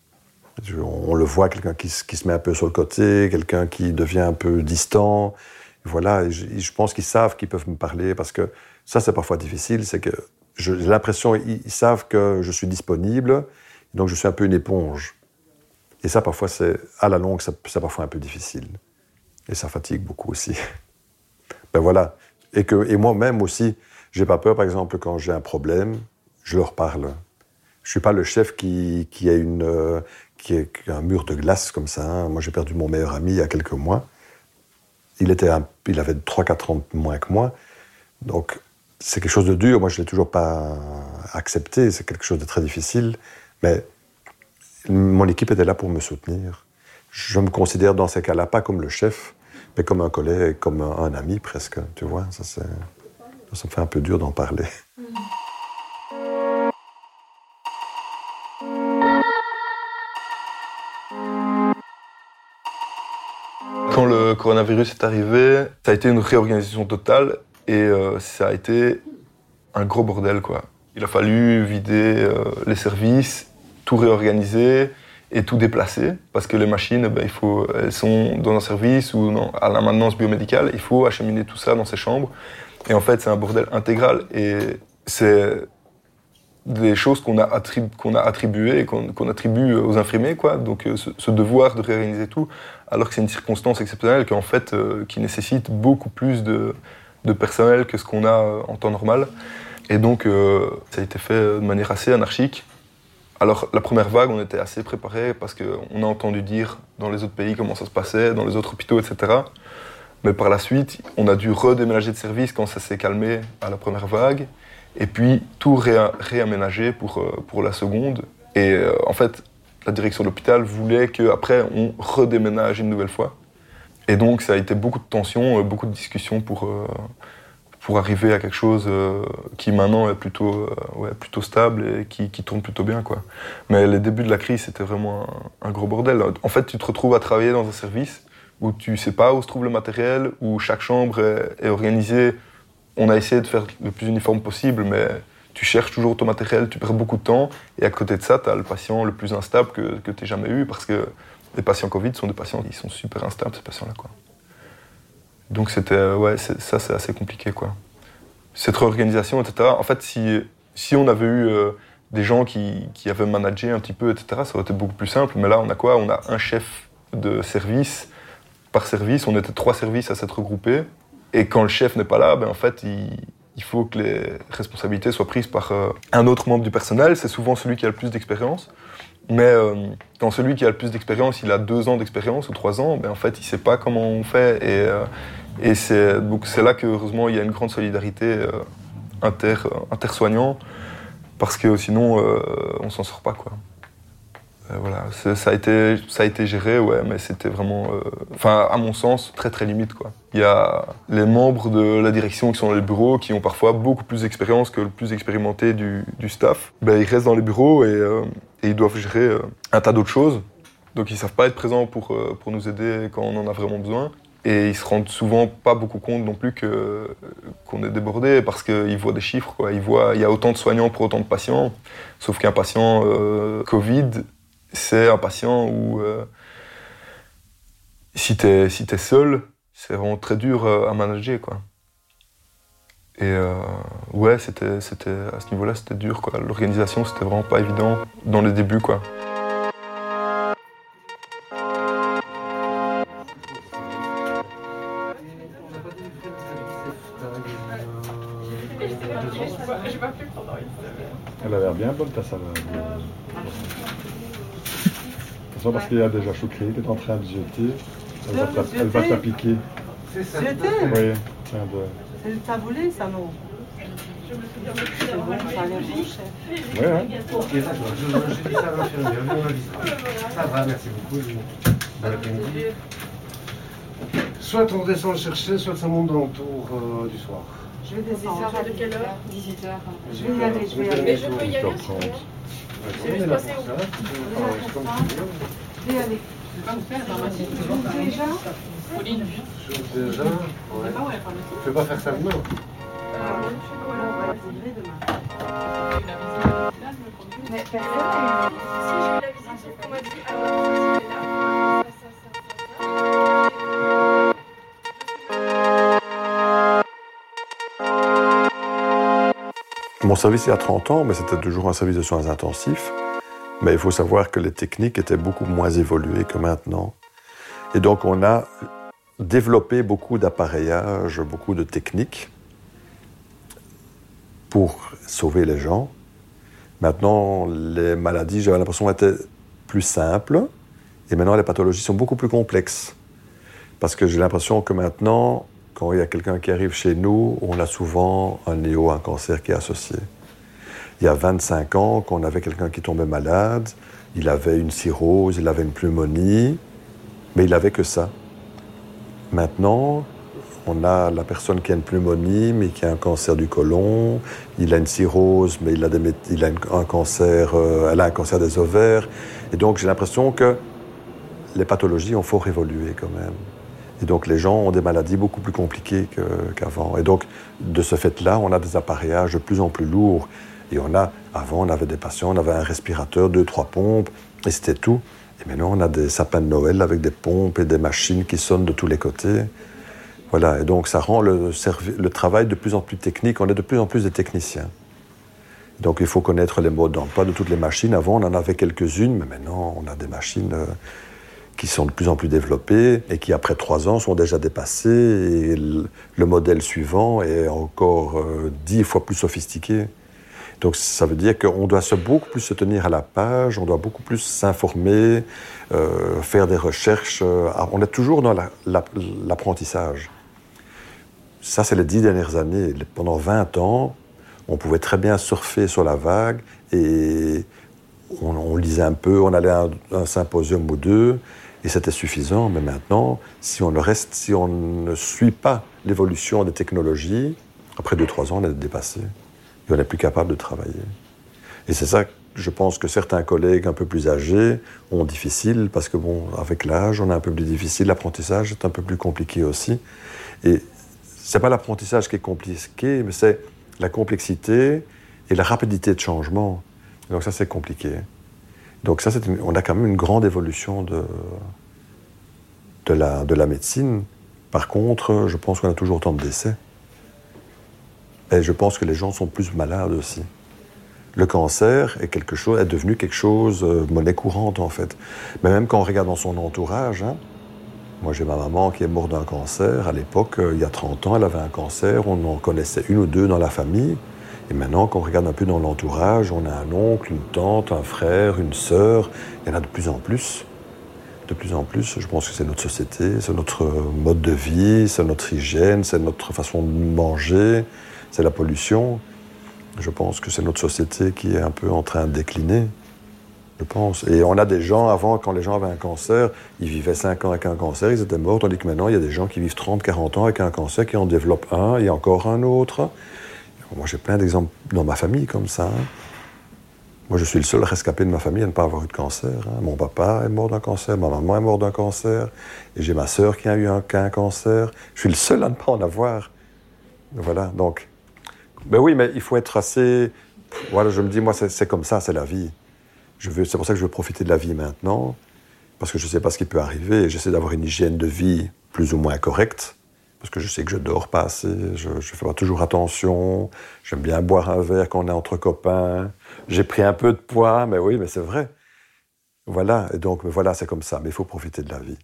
On le voit, quelqu'un qui se met un peu sur le côté, quelqu'un qui devient un peu distant. Voilà, et je pense qu'ils savent qu'ils peuvent me parler, parce que ça, c'est parfois difficile. C'est que j'ai l'impression qu'ils savent que je suis disponible, donc je suis un peu une éponge. Et ça, parfois, à la longue, c'est parfois un peu difficile. Et ça fatigue beaucoup aussi. Ben voilà. Et moi-même aussi, j'ai pas peur, par exemple, quand j'ai un problème, je leur parle. Je suis pas le chef qui a un mur de glace comme ça. Hein. Moi, j'ai perdu mon meilleur ami il y a quelques mois. Il avait 3-4 ans de moins que moi. Donc, c'est quelque chose de dur. Moi, je l'ai toujours pas accepté. C'est quelque chose de très difficile. Mais mon équipe était là pour me soutenir. Je me considère dans ces cas-là pas comme le chef, mais comme un collègue, comme un ami presque, tu vois. Ça me fait un peu dur d'en parler. Quand le coronavirus est arrivé, ça a été une réorganisation totale et ça a été un gros bordel, quoi. Il a fallu vider les services, tout réorganiser et tout déplacer, parce que les machines, elles sont dans un service ou à la maintenance biomédicale, il faut acheminer tout ça dans ces chambres. Et en fait, c'est un bordel intégral. Et c'est des choses qu'on a attribuées, qu'on attribue aux infirmiers, quoi. Donc ce devoir de réorganiser tout, alors que c'est une circonstance exceptionnelle qu'en fait, qui nécessite beaucoup plus de personnel que ce qu'on a en temps normal. Et donc ça a été fait de manière assez anarchique. Alors la première vague, on était assez préparés parce qu'on a entendu dire dans les autres pays comment ça se passait, dans les autres hôpitaux, etc. Mais par la suite, on a dû redéménager de service quand ça s'est calmé à la première vague. Et puis tout réaménager pour la seconde. Et en fait, la direction de l'hôpital voulait qu'après, on redéménage une nouvelle fois. Et donc ça a été beaucoup de tensions, beaucoup de discussions pour arriver à quelque chose qui maintenant est plutôt stable et qui tourne plutôt bien, quoi. Mais les débuts de la crise, c'était vraiment un gros bordel. En fait, tu te retrouves à travailler dans un service où tu ne sais pas où se trouve le matériel, où chaque chambre est organisée. On a essayé de faire le plus uniforme possible, mais tu cherches toujours ton matériel, tu perds beaucoup de temps. Et à côté de ça, tu as le patient le plus instable que tu aies jamais eu, parce que les patients Covid sont des patients qui sont super instables, ces patients-là, quoi. Donc c'était, ça c'est assez compliqué, quoi. Cette réorganisation, etc. En fait, si on avait eu des gens qui avaient managé un petit peu, etc., ça aurait été beaucoup plus simple. Mais là, on a quoi ? On a un chef de service par service. On était 3 services à s'être regroupés. Et quand le chef n'est pas là, en fait, il faut que les responsabilités soient prises par un autre membre du personnel. C'est souvent celui qui a le plus d'expérience. Mais quand celui qui a le plus d'expérience, il a 2 ans d'expérience ou 3 ans, en fait, il ne sait pas comment on fait. Et c'est là que, heureusement, il y a une grande solidarité intersoignants, parce que sinon, on ne s'en sort pas, quoi. Voilà, ça a été géré, ouais, mais c'était vraiment, à mon sens, très très limite, quoi. Il y a les membres de la direction qui sont dans les bureaux, qui ont parfois beaucoup plus d'expérience que le plus expérimenté du staff. Ils restent dans les bureaux et ils doivent gérer un tas d'autres choses. Donc ils ne savent pas être présents pour nous aider quand on en a vraiment besoin. Et ils se rendent souvent pas beaucoup compte non plus qu'on est débordé, parce qu'ils voient des chiffres, quoi. Ils voient il y a autant de soignants pour autant de patients, sauf qu'un patient Covid, c'est un patient où si t'es seul, c'est vraiment très dur à manager, quoi. Et c'était à ce niveau-là, c'était dur, quoi. L'organisation, c'était vraiment pas évident dans les débuts, quoi. Elle a l'air bien bonne, ta salade. Attention, parce qu'il y a déjà Choukri qui est en train de jeter. Elle va t'appliquer. C'est ça. Jeter ? Oui, tiens, c'est le taboulé, ça, non ? C'est bon, ça a l'air bon, chef. Oui, oui. Ok, d'accord. Je dis ça à l'infirmière. On avisera. Ça va, merci beaucoup. Bon après-midi. Soit on descend le chercher, soit ça monte dans le tour du soir. Je vais descendre. De quelle heure ? 18h. Je vais y aller, je vais y aller. Mais je peux y aller aussi. C'est juste passer où ? Je vais y aller. Déjà ? Pauline. Déjà, ouais. Tu peux pas faire ça demain ? Mais personne n'a eu. Si j'ai eu la visite, sauf qu'on m'a dit alors Mon service il y a 30 ans, mais c'était toujours un service de soins intensifs. Mais il faut savoir que les techniques étaient beaucoup moins évoluées que maintenant. Et donc on a développé beaucoup d'appareillages, beaucoup de techniques pour sauver les gens. Maintenant, les maladies, j'avais l'impression, étaient plus simples. Et maintenant, les pathologies sont beaucoup plus complexes. Parce que j'ai l'impression que maintenant, quand il y a quelqu'un qui arrive chez nous, on a souvent un cancer qui est associé. Il y a 25 ans, quand on avait quelqu'un qui tombait malade, il avait une cirrhose, il avait une pneumonie, mais il n'avait que ça. Maintenant, on a la personne qui a une pneumonie, mais qui a un cancer du côlon, il a une cirrhose, mais elle a un cancer des ovaires. Et donc, j'ai l'impression que les pathologies ont fort évolué quand même. Et donc, les gens ont des maladies beaucoup plus compliquées qu'avant. Et donc, de ce fait-là, on a des appareillages de plus en plus lourds. Et avant, on avait des patients, on avait un respirateur, 2-3 pompes, et c'était tout. Et maintenant, on a des sapins de Noël avec des pompes et des machines qui sonnent de tous les côtés. Voilà, et donc ça rend le travail de plus en plus technique. On est de plus en plus des techniciens. Donc il faut connaître les modes d'emploi de toutes les machines. Avant, on en avait quelques-unes, mais maintenant, on a des machines qui sont de plus en plus développées et qui, après 3 ans, sont déjà dépassées. Et le modèle suivant est encore 10 fois plus sophistiqué. Donc ça veut dire qu'on doit beaucoup plus se tenir à la page, on doit beaucoup plus s'informer, faire des recherches. On est toujours dans l'apprentissage. Ça, c'est les 10 dernières années. Pendant 20 ans, on pouvait très bien surfer sur la vague et on lisait un peu, on allait à un symposium ou 2 et c'était suffisant. Mais maintenant, si on ne suit pas l'évolution des technologies, après 2-3 ans, on est dépassé. Et on n'est plus capable de travailler. Et c'est ça, je pense que certains collègues un peu plus âgés ont difficile, parce que bon, avec l'âge, on est un peu plus difficile, l'apprentissage est un peu plus compliqué aussi. Et c'est pas l'apprentissage qui est compliqué, mais c'est la complexité et la rapidité de changement. Donc ça, c'est compliqué. Donc ça, on a quand même une grande évolution de la médecine. Par contre, je pense qu'on a toujours autant de décès. Et je pense que les gens sont plus malades aussi. Le cancer est devenu quelque chose, monnaie courante en fait. Mais même quand on regarde dans son entourage, moi j'ai ma maman qui est morte d'un cancer. À l'époque, il y a 30 ans, elle avait un cancer. On en connaissait 1 ou 2 dans la famille. Et maintenant, quand on regarde un peu dans l'entourage, on a un oncle, une tante, un frère, une sœur. Il y en a de plus en plus. De plus en plus, je pense que c'est notre société, c'est notre mode de vie, c'est notre hygiène, c'est notre façon de manger. C'est la pollution. Je pense que c'est notre société qui est un peu en train de décliner, je pense. Et on a des gens, avant, quand les gens avaient un cancer, ils vivaient 5 ans avec un cancer, ils étaient morts, tandis que maintenant, il y a des gens qui vivent 30-40 ans avec un cancer, qui en développent un et encore un autre. Moi, j'ai plein d'exemples dans ma famille comme ça. Moi, je suis le seul rescapé de ma famille à ne pas avoir eu de cancer. Mon papa est mort d'un cancer, ma maman est morte d'un cancer, et j'ai ma sœur qui a eu un cancer. Je suis le seul à ne pas en avoir. Voilà, donc... Ben oui, mais il faut être assez... Voilà, je me dis, moi, c'est comme ça, c'est la vie. C'est pour ça que je veux profiter de la vie maintenant, parce que je ne sais pas ce qui peut arriver, et j'essaie d'avoir une hygiène de vie plus ou moins correcte, parce que je sais que je dors pas assez, je ne fais pas toujours attention, j'aime bien boire un verre quand on est entre copains, j'ai pris un peu de poids, mais oui, mais c'est vrai. Voilà, et donc, voilà, c'est comme ça, mais il faut profiter de la vie.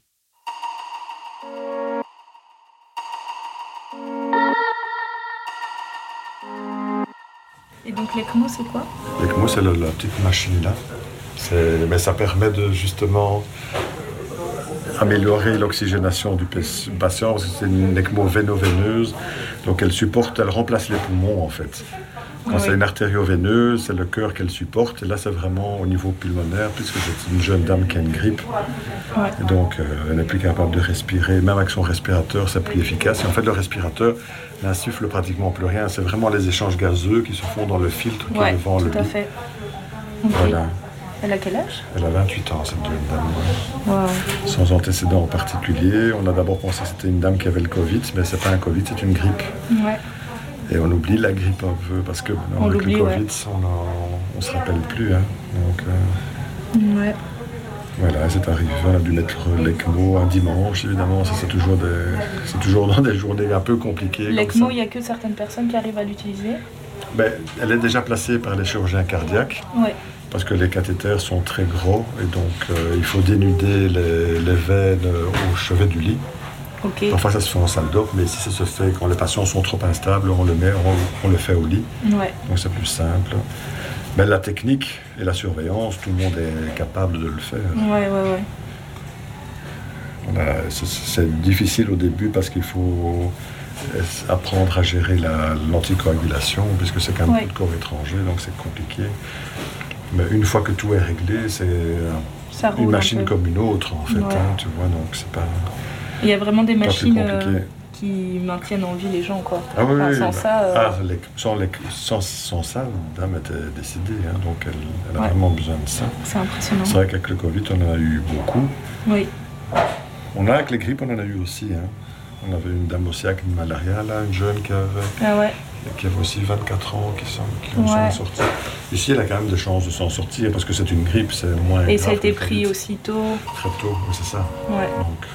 Et donc l'ECMO, c'est quoi? L'ECMO, c'est la petite machine là. Mais ça permet de justement améliorer l'oxygénation du patient, parce que c'est une ECMO véno-veineuse, donc elle remplace les poumons en fait. Quand c'est une artério-veineuse, c'est le cœur qu'elle supporte, et là c'est vraiment au niveau pulmonaire, puisque c'est une jeune dame qui a une grippe. Ouais. Et donc elle n'est plus capable de respirer, même avec son respirateur, c'est plus efficace. Et en fait, le respirateur n'insuffle pratiquement plus rien, c'est vraiment les échanges gazeux qui se font dans le filtre qui est devant le lit. Tout à fait. Okay. Voilà. Elle a quel âge? Elle a 28 ans, cette jeune dame. Wow. Sans antécédent en particulier. On a d'abord pensé que c'était une dame qui avait le Covid, mais c'est pas un Covid, c'est une grippe. Ouais. Et on oublie la grippe un peu, parce que avec le Covid, on se rappelle plus. Donc, voilà, c'est arrivé, on a dû mettre l'ECMO un dimanche, évidemment. Ça, c'est toujours dans des journées un peu compliquées. L'ECMO, il n'y a que certaines personnes qui arrivent à l'utiliser? Elle est déjà placée par les chirurgiens cardiaques. Ouais. Parce que les cathéters sont très gros et donc il faut dénuder les veines au chevet du lit. Okay. Parfois ça se fait en salle d'op, mais si ça se fait quand les patients sont trop instables, on le fait au lit. Ouais. Donc c'est plus simple. Mais la technique et la surveillance, tout le monde est capable de le faire. Ouais. Voilà, c'est difficile au début parce qu'il faut apprendre à gérer l'anticoagulation, puisque c'est quand même beaucoup de corps étrangers, donc c'est compliqué. Mais une fois que tout est réglé, c'est une machine comme une autre, en fait. Tu vois, donc c'est pas... Il y a vraiment des machines qui maintiennent en vie les gens, quoi. Ah oui, sans ça... sans ça, la dame était décédée, donc elle a vraiment besoin de ça. C'est impressionnant. C'est vrai qu'avec le Covid, on en a eu beaucoup. Oui. Avec les grippes, on en a eu aussi. On avait une dame aussi avec une malaria, là, une jeune qui avait aussi 24 ans, qui s'en est sortie. Ici, elle a quand même des chances de s'en sortir, parce que c'est une grippe, c'est moins grave. Et ça a été pris aussitôt? Très tôt, oui, c'est ça. Ouais. Donc...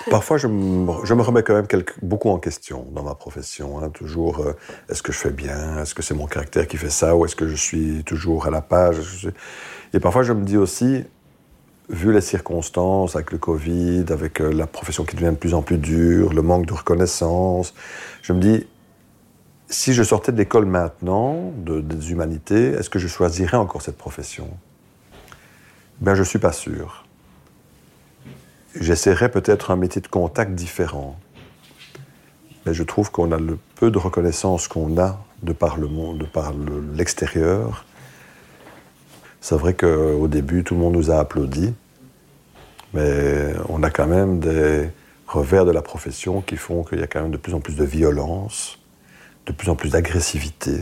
Parfois, je me remets quand même beaucoup en question dans ma profession. Hein. Toujours, est-ce que je fais bien? Est-ce que c'est mon caractère qui fait ça? Ou est-ce que je suis toujours à la page? Et parfois, je me dis aussi, vu les circonstances, avec le Covid, avec la profession qui devient de plus en plus dure, le manque de reconnaissance, je me dis, si je sortais de l'école maintenant, des humanités, est-ce que je choisirais encore cette profession? Ben, je ne suis pas sûr. J'essaierais peut-être un métier de contact différent. Mais je trouve qu'on a le peu de reconnaissance qu'on a de par le monde, de par l'extérieur. C'est vrai qu'au début, tout le monde nous a applaudi. Mais on a quand même des revers de la profession qui font qu'il y a quand même de plus en plus de violence, de plus en plus d'agressivité.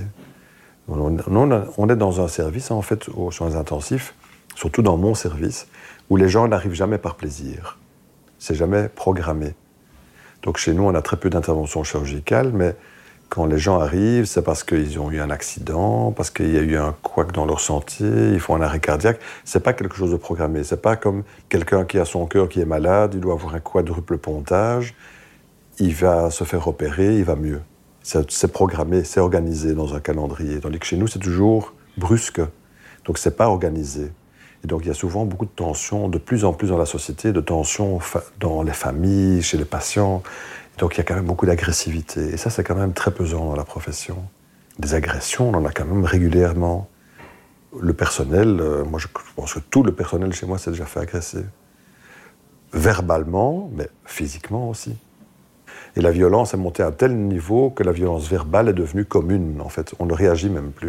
On est dans un service, en fait, aux soins intensifs, surtout dans mon service, où les gens n'arrivent jamais par plaisir. C'est jamais programmé. Donc chez nous, on a très peu d'interventions chirurgicales, mais quand les gens arrivent, c'est parce qu'ils ont eu un accident, parce qu'il y a eu un couac dans leur sentier, ils font un arrêt cardiaque. C'est pas quelque chose de programmé. C'est pas comme quelqu'un qui a son cœur qui est malade, il doit avoir un quadruple pontage, il va se faire opérer, il va mieux. C'est programmé, c'est organisé dans un calendrier. Tandis que chez nous, c'est toujours brusque. Donc c'est pas organisé. Et donc il y a souvent beaucoup de tensions, de plus en plus dans la société, de tensions dans les familles, chez les patients. Et donc il y a quand même beaucoup d'agressivité. Et ça, c'est quand même très pesant dans la profession. Des agressions, on en a quand même régulièrement. Le personnel, moi je pense que tout le personnel chez moi s'est déjà fait agresser. Verbalement, mais physiquement aussi. Et la violence est montée à tel niveau que la violence verbale est devenue commune, en fait. On ne réagit même plus.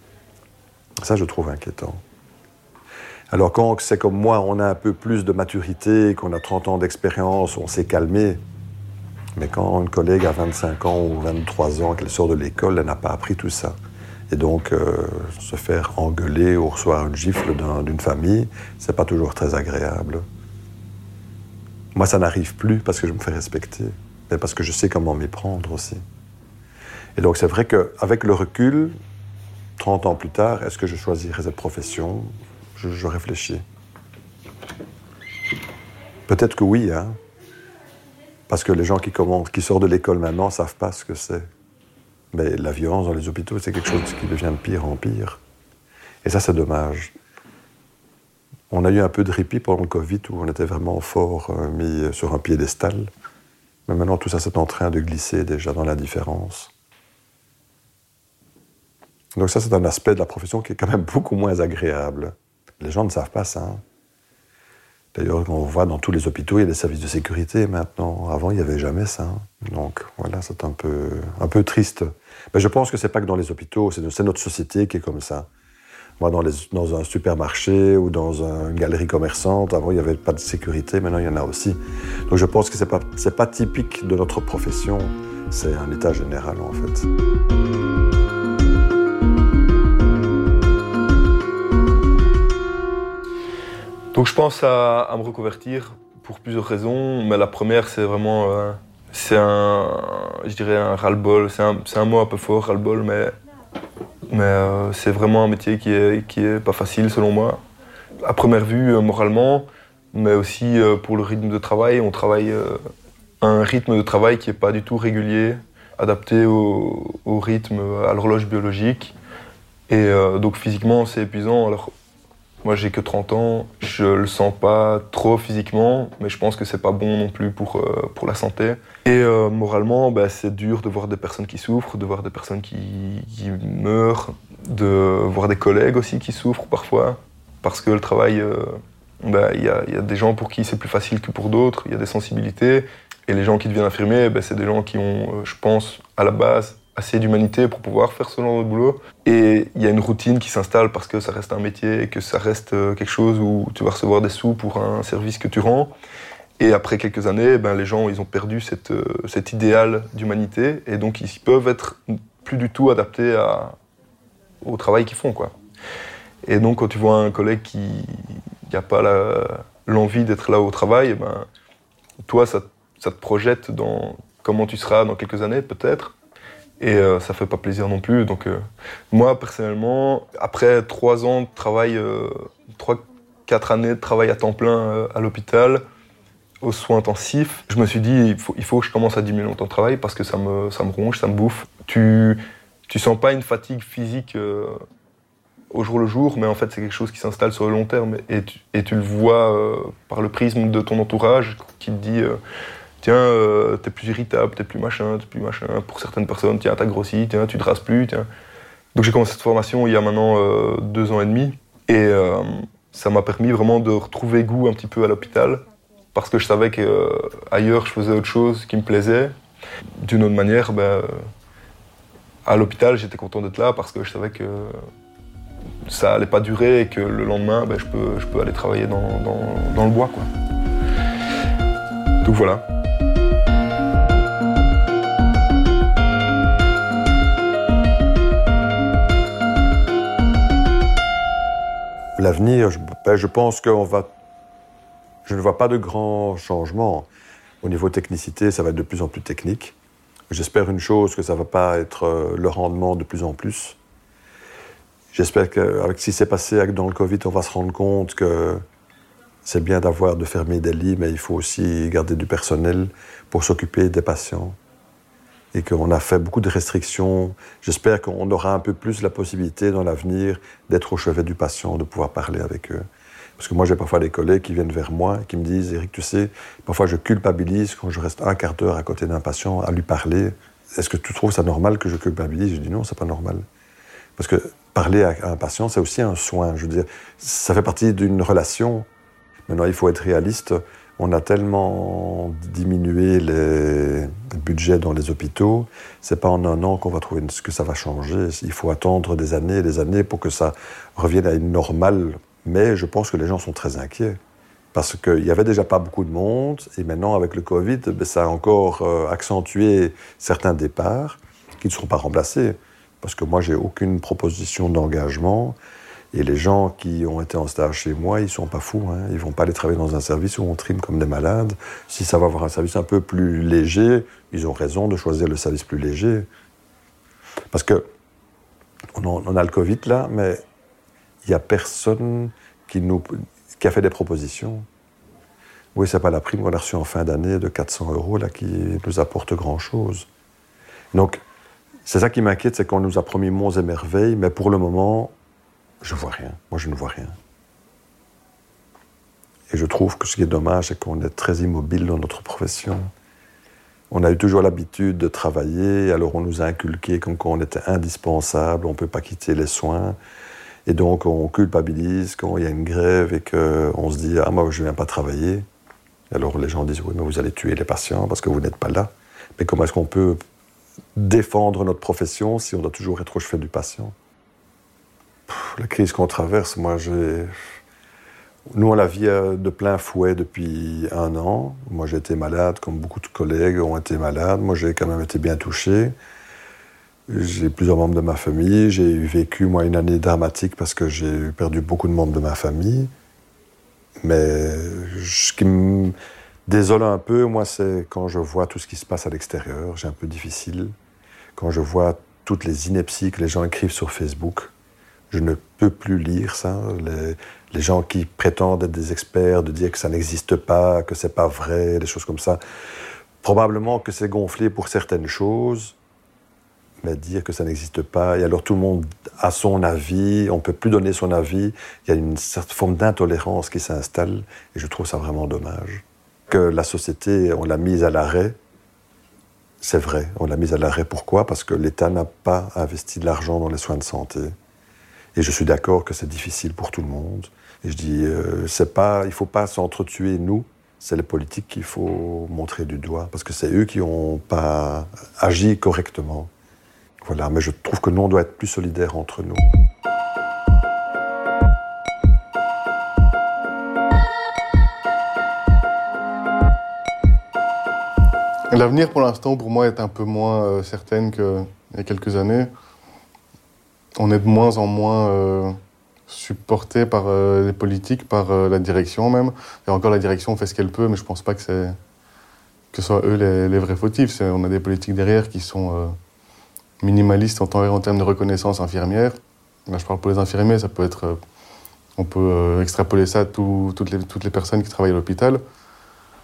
Ça, je trouve inquiétant. Alors quand c'est comme moi, on a un peu plus de maturité, qu'on a 30 ans d'expérience, on s'est calmé. Mais quand une collègue a 25 ans ou 23 ans, qu'elle sort de l'école, elle n'a pas appris tout ça. Et donc, se faire engueuler ou recevoir une gifle d'une famille, c'est pas toujours très agréable. Moi, ça n'arrive plus parce que je me fais respecter, mais parce que je sais comment m'y prendre aussi. Et donc, c'est vrai qu'avec le recul, 30 ans plus tard, est-ce que je choisirais cette profession ? Je réfléchis. Peut-être que oui, hein. Parce que les gens qui sortent de l'école maintenant ne savent pas ce que c'est. Mais la violence dans les hôpitaux, c'est quelque chose qui devient de pire en pire. Et ça, c'est dommage. On a eu un peu de répit pendant le Covid, où on était vraiment fort mis sur un piédestal. Mais maintenant, tout ça, c'est en train de glisser déjà dans l'indifférence. Donc ça, c'est un aspect de la profession qui est quand même beaucoup moins agréable. Les gens ne savent pas ça. D'ailleurs, on voit dans tous les hôpitaux, il y a des services de sécurité maintenant. Avant, il n'y avait jamais ça. Donc voilà, c'est un peu triste. Mais je pense que ce n'est pas que dans les hôpitaux, c'est notre société qui est comme ça. Moi, dans un supermarché ou dans une galerie commerçante, avant, il n'y avait pas de sécurité, maintenant, il y en a aussi. Donc je pense que ce n'est pas typique de notre profession, c'est un état général, en fait. Donc je pense à me reconvertir pour plusieurs raisons, mais la première c'est vraiment, je dirais un ras-le-bol, c'est un mot un peu fort, ras-le-bol, mais c'est vraiment un métier qui est pas facile selon moi. À première vue moralement, mais aussi pour le rythme de travail, on travaille à un rythme de travail qui est pas du tout régulier, adapté au rythme, à l'horloge biologique, et donc physiquement c'est épuisant. Alors, moi, j'ai que 30 ans, je le sens pas trop physiquement, mais je pense que c'est pas bon non plus pour la santé. Et moralement, c'est dur de voir des personnes qui souffrent, de voir des personnes qui meurent, de voir des collègues aussi qui souffrent parfois, parce que le travail, y a des gens pour qui c'est plus facile que pour d'autres, il y a des sensibilités, et les gens qui deviennent infirmiers, c'est des gens qui ont, je pense, à la base, assez d'humanité pour pouvoir faire ce genre de boulot. Et il y a une routine qui s'installe parce que ça reste un métier et que ça reste quelque chose où tu vas recevoir des sous pour un service que tu rends. Et après quelques années, les gens ils ont perdu cet idéal d'humanité et donc ils peuvent être plus du tout adaptés au travail qu'ils font, quoi. Et donc quand tu vois un collègue qui n'a pas l'envie d'être là au travail, toi ça te projette dans comment tu seras dans quelques années peut-être. Et ça fait pas plaisir non plus. Donc moi, personnellement, après 3 ans de travail, 3-4 années de travail à temps plein à l'hôpital, aux soins intensifs, je me suis dit il faut que je commence à diminuer mon temps de travail parce que ça me ronge, ça me bouffe. Tu sens pas une fatigue physique au jour le jour, mais en fait c'est quelque chose qui s'installe sur le long terme et tu le vois par le prisme de ton entourage qui te dit tiens, t'es plus irritable, t'es plus machin. Pour certaines personnes, tiens, t'as grossi, tiens, tu te rases plus, tiens. Donc j'ai commencé cette formation il y a maintenant 2 ans et demi et ça m'a permis vraiment de retrouver goût un petit peu à l'hôpital parce que je savais qu'ailleurs je faisais autre chose qui me plaisait. D'une autre manière, à l'hôpital j'étais content d'être là parce que je savais que ça allait pas durer et que le lendemain je peux aller travailler dans le bois, quoi. Donc voilà. L'avenir, je pense je ne vois pas de grands changements. Au niveau technicité, ça va être de plus en plus technique. J'espère une chose, que ça ne va pas être le rendement de plus en plus. J'espère qu'avec ce qui s'est passé dans le Covid, on va se rendre compte que c'est bien de fermer des lits, mais il faut aussi garder du personnel pour s'occuper des patients. Et qu'on a fait beaucoup de restrictions. J'espère qu'on aura un peu plus la possibilité dans l'avenir d'être au chevet du patient, de pouvoir parler avec eux. Parce que moi, j'ai parfois des collègues qui viennent vers moi et qui me disent « Éric, tu sais, parfois je culpabilise quand je reste un quart d'heure à côté d'un patient à lui parler. Est-ce que tu trouves ça normal que je culpabilise ?» Je dis « Non, c'est pas normal. » Parce que parler à un patient, c'est aussi un soin. Je veux dire, ça fait partie d'une relation. Maintenant, il faut être réaliste. On a tellement diminué les budgets dans les hôpitaux, c'est pas en un an qu'on va trouver que ça va changer. Il faut attendre des années et des années pour que ça revienne à une normale. Mais je pense que les gens sont très inquiets. Parce qu'il n'y avait déjà pas beaucoup de monde, et maintenant, avec le Covid, ça a encore accentué certains départs qui ne seront pas remplacés. Parce que moi, j'ai aucune proposition d'engagement. Et les gens qui ont été en stage chez moi, ils ne sont pas fous. Ils ne vont pas aller travailler dans un service où on trime comme des malades. Si ça va avoir un service un peu plus léger, ils ont raison de choisir le service plus léger. Parce qu'on a le Covid là, mais il n'y a personne qui a fait des propositions. Oui, ce n'est pas la prime qu'on a reçue en fin d'année de 400 € là, qui nous apporte grand-chose. Donc, c'est ça qui m'inquiète, c'est qu'on nous a promis monts et merveilles, mais pour le moment, je ne vois rien. Moi, je ne vois rien. Et je trouve que ce qui est dommage, c'est qu'on est très immobile dans notre profession. On a eu toujours l'habitude de travailler, alors on nous a inculqué comme qu'on était indispensable, on ne peut pas quitter les soins. Et donc, on culpabilise quand il y a une grève et qu'on se dit « Ah, moi, je ne viens pas travailler ». Alors, les gens disent « Oui, mais vous allez tuer les patients parce que vous n'êtes pas là ». Mais comment est-ce qu'on peut défendre notre profession si on doit toujours être au chevet du patient ? La crise qu'on traverse, nous, on la vit de plein fouet depuis 1 an. Moi, j'ai été malade, comme beaucoup de collègues ont été malades. Moi, j'ai quand même été bien touché. J'ai plusieurs membres de ma famille. J'ai vécu, moi, une année dramatique parce que j'ai perdu beaucoup de membres de ma famille. Mais ce qui me désole un peu, moi, c'est quand je vois tout ce qui se passe à l'extérieur. C'est un peu difficile. Quand je vois toutes les inepties que les gens écrivent sur Facebook, je ne peux plus lire ça. Les gens qui prétendent être des experts, de dire que ça n'existe pas, que c'est pas vrai, des choses comme ça. Probablement que c'est gonflé pour certaines choses, mais dire que ça n'existe pas, et alors tout le monde a son avis, on ne peut plus donner son avis, il y a une certaine forme d'intolérance qui s'installe, et je trouve ça vraiment dommage. Que la société, on l'a mise à l'arrêt, c'est vrai, on l'a mise à l'arrêt. Pourquoi ? Parce que l'État n'a pas investi de l'argent dans les soins de santé. Et je suis d'accord que c'est difficile pour tout le monde. Et je dis, il ne faut pas s'entretuer, nous. C'est les politiques qu'il faut montrer du doigt, parce que c'est eux qui n'ont pas agi correctement. Voilà, mais je trouve que nous, on doit être plus solidaires entre nous. L'avenir, pour l'instant, pour moi, est un peu moins certain qu'il y a quelques années. On est de moins en moins supporté par les politiques, par la direction même. Et encore, la direction fait ce qu'elle peut, mais je ne pense pas que ce soient eux les vrais fautifs. On a des politiques derrière qui sont minimalistes en termes de reconnaissance infirmière. Là, je parle pour les infirmiers, ça peut être... on peut extrapoler ça à toutes les personnes qui travaillent à l'hôpital.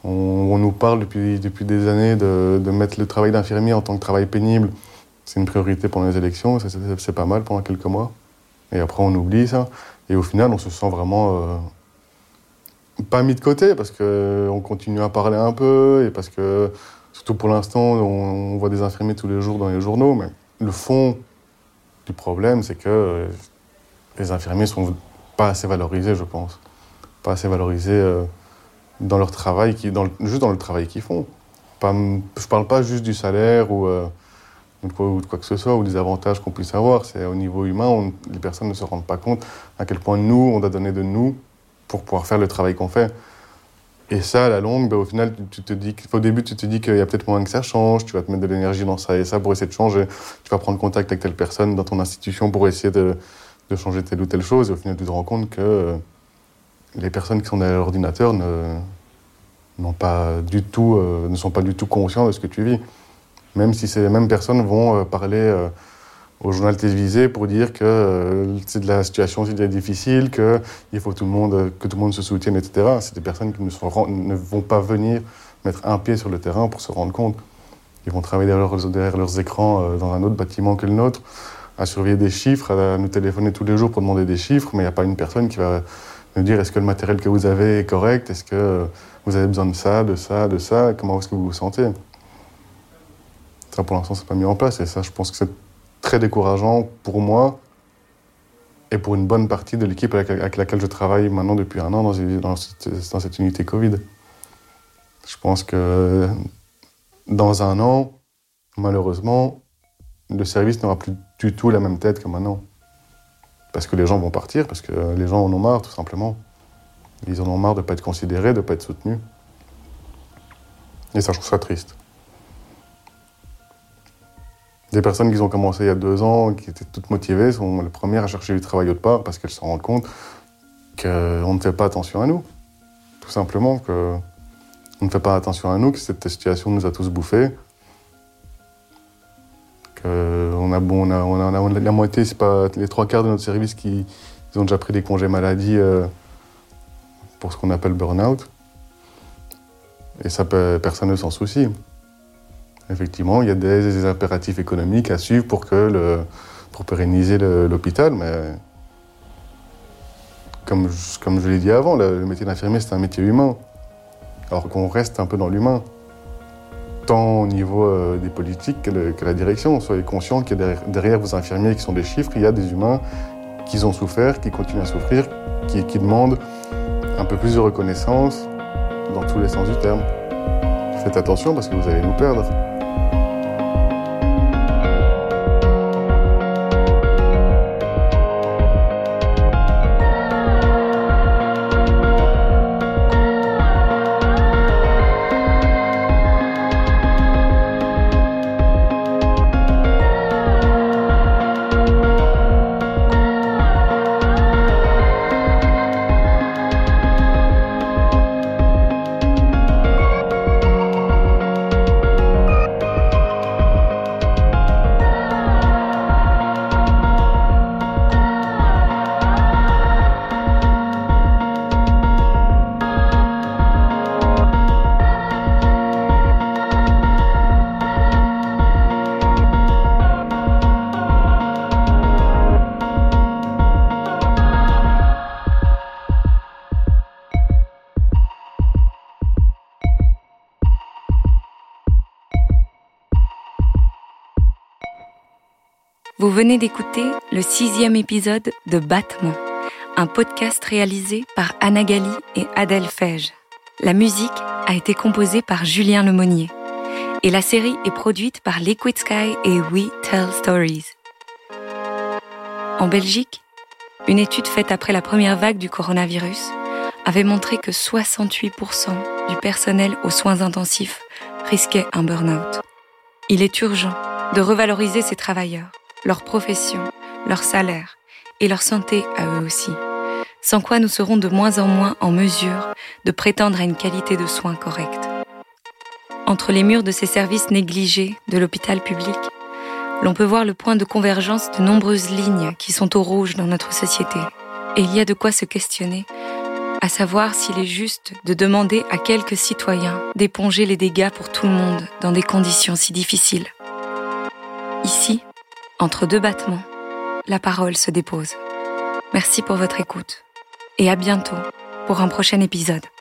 On nous parle depuis des années de mettre le travail d'infirmier en tant que travail pénible. C'est une priorité pendant les élections, c'est pas mal pendant quelques mois. Et après, on oublie ça. Et au final, on se sent vraiment pas mis de côté parce qu'on continue à parler un peu et parce que, surtout pour l'instant, on voit des infirmiers tous les jours dans les journaux. Mais le fond du problème, c'est que les infirmiers sont pas assez valorisés, je pense. Pas assez valorisés dans leur travail, juste dans le travail qu'ils font. Je parle pas juste du salaire ou de quoi que ce soit, ou des avantages qu'on puisse avoir. C'est au niveau humain, les personnes ne se rendent pas compte à quel point nous, on doit donner de nous pour pouvoir faire le travail qu'on fait. Et ça, à la longue, au final, au début, tu te dis qu'il y a peut-être moyen que ça change, tu vas te mettre de l'énergie dans ça et ça pour essayer de changer. Tu vas prendre contact avec telle personne dans ton institution pour essayer de changer telle ou telle chose. Et au final, tu te rends compte que les personnes qui sont derrière l'ordinateur ne sont pas du tout conscients de ce que tu vis. Même si ces mêmes personnes vont parler au journal télévisé pour dire que la situation est difficile, qu'il faut que tout le monde se soutienne, etc. C'est des personnes qui ne vont pas venir mettre un pied sur le terrain pour se rendre compte. Ils vont travailler derrière leurs écrans dans un autre bâtiment que le nôtre, à surveiller des chiffres, à nous téléphoner tous les jours pour demander des chiffres, mais il n'y a pas une personne qui va nous dire est-ce que le matériel que vous avez est correct, est-ce que vous avez besoin de ça, comment est-ce que vous vous sentez. Ça, pour l'instant, c'est pas mis en place. Et ça, je pense que c'est très décourageant pour moi et pour une bonne partie de l'équipe avec laquelle je travaille maintenant depuis 1 an dans cette unité Covid. Je pense que dans 1 an, malheureusement, le service n'aura plus du tout la même tête que maintenant. Parce que les gens vont partir, parce que les gens en ont marre, tout simplement. Ils en ont marre de ne pas être considérés, de ne pas être soutenus. Et ça, je trouve ça triste. Des personnes qui ont commencé il y a 2 ans, qui étaient toutes motivées, sont les premières à chercher du travail autre part parce qu'elles se rendent compte qu'on ne fait pas attention à nous. Tout simplement, qu'on ne fait pas attention à nous, que cette situation nous a tous bouffés. On a la moitié, c'est pas les 3/4 de notre service qui ont déjà pris des congés maladie pour ce qu'on appelle burn-out. Et ça, personne ne s'en soucie. Effectivement, il y a des impératifs économiques à suivre pour pérenniser l'hôpital, mais comme je l'ai dit avant, le métier d'infirmier, c'est un métier humain. Alors qu'on reste un peu dans l'humain. Tant au niveau des politiques que la direction. Soyez conscients que derrière vos infirmiers qui sont des chiffres, il y a des humains qui ont souffert, qui continuent à souffrir, qui demandent un peu plus de reconnaissance dans tous les sens du terme. Faites attention parce que vous allez nous perdre. Vous venez d'écouter le 6e épisode de Battement, un podcast réalisé par Anna Gali et Adèle Feige. La musique a été composée par Julien Lemonnier et la série est produite par Liquid Sky et We Tell Stories. En Belgique, une étude faite après la première vague du coronavirus avait montré que 68% du personnel aux soins intensifs risquait un burn-out. Il est urgent de revaloriser ces travailleurs, leur profession, leur salaire et leur santé à eux aussi, sans quoi nous serons de moins en moins en mesure de prétendre à une qualité de soins correcte. Entre les murs de ces services négligés de l'hôpital public, l'on peut voir le point de convergence de nombreuses lignes qui sont au rouge dans notre société. Et il y a de quoi se questionner à savoir s'il est juste de demander à quelques citoyens d'éponger les dégâts pour tout le monde dans des conditions si difficiles. Ici, entre deux battements, la parole se dépose. Merci pour votre écoute et à bientôt pour un prochain épisode.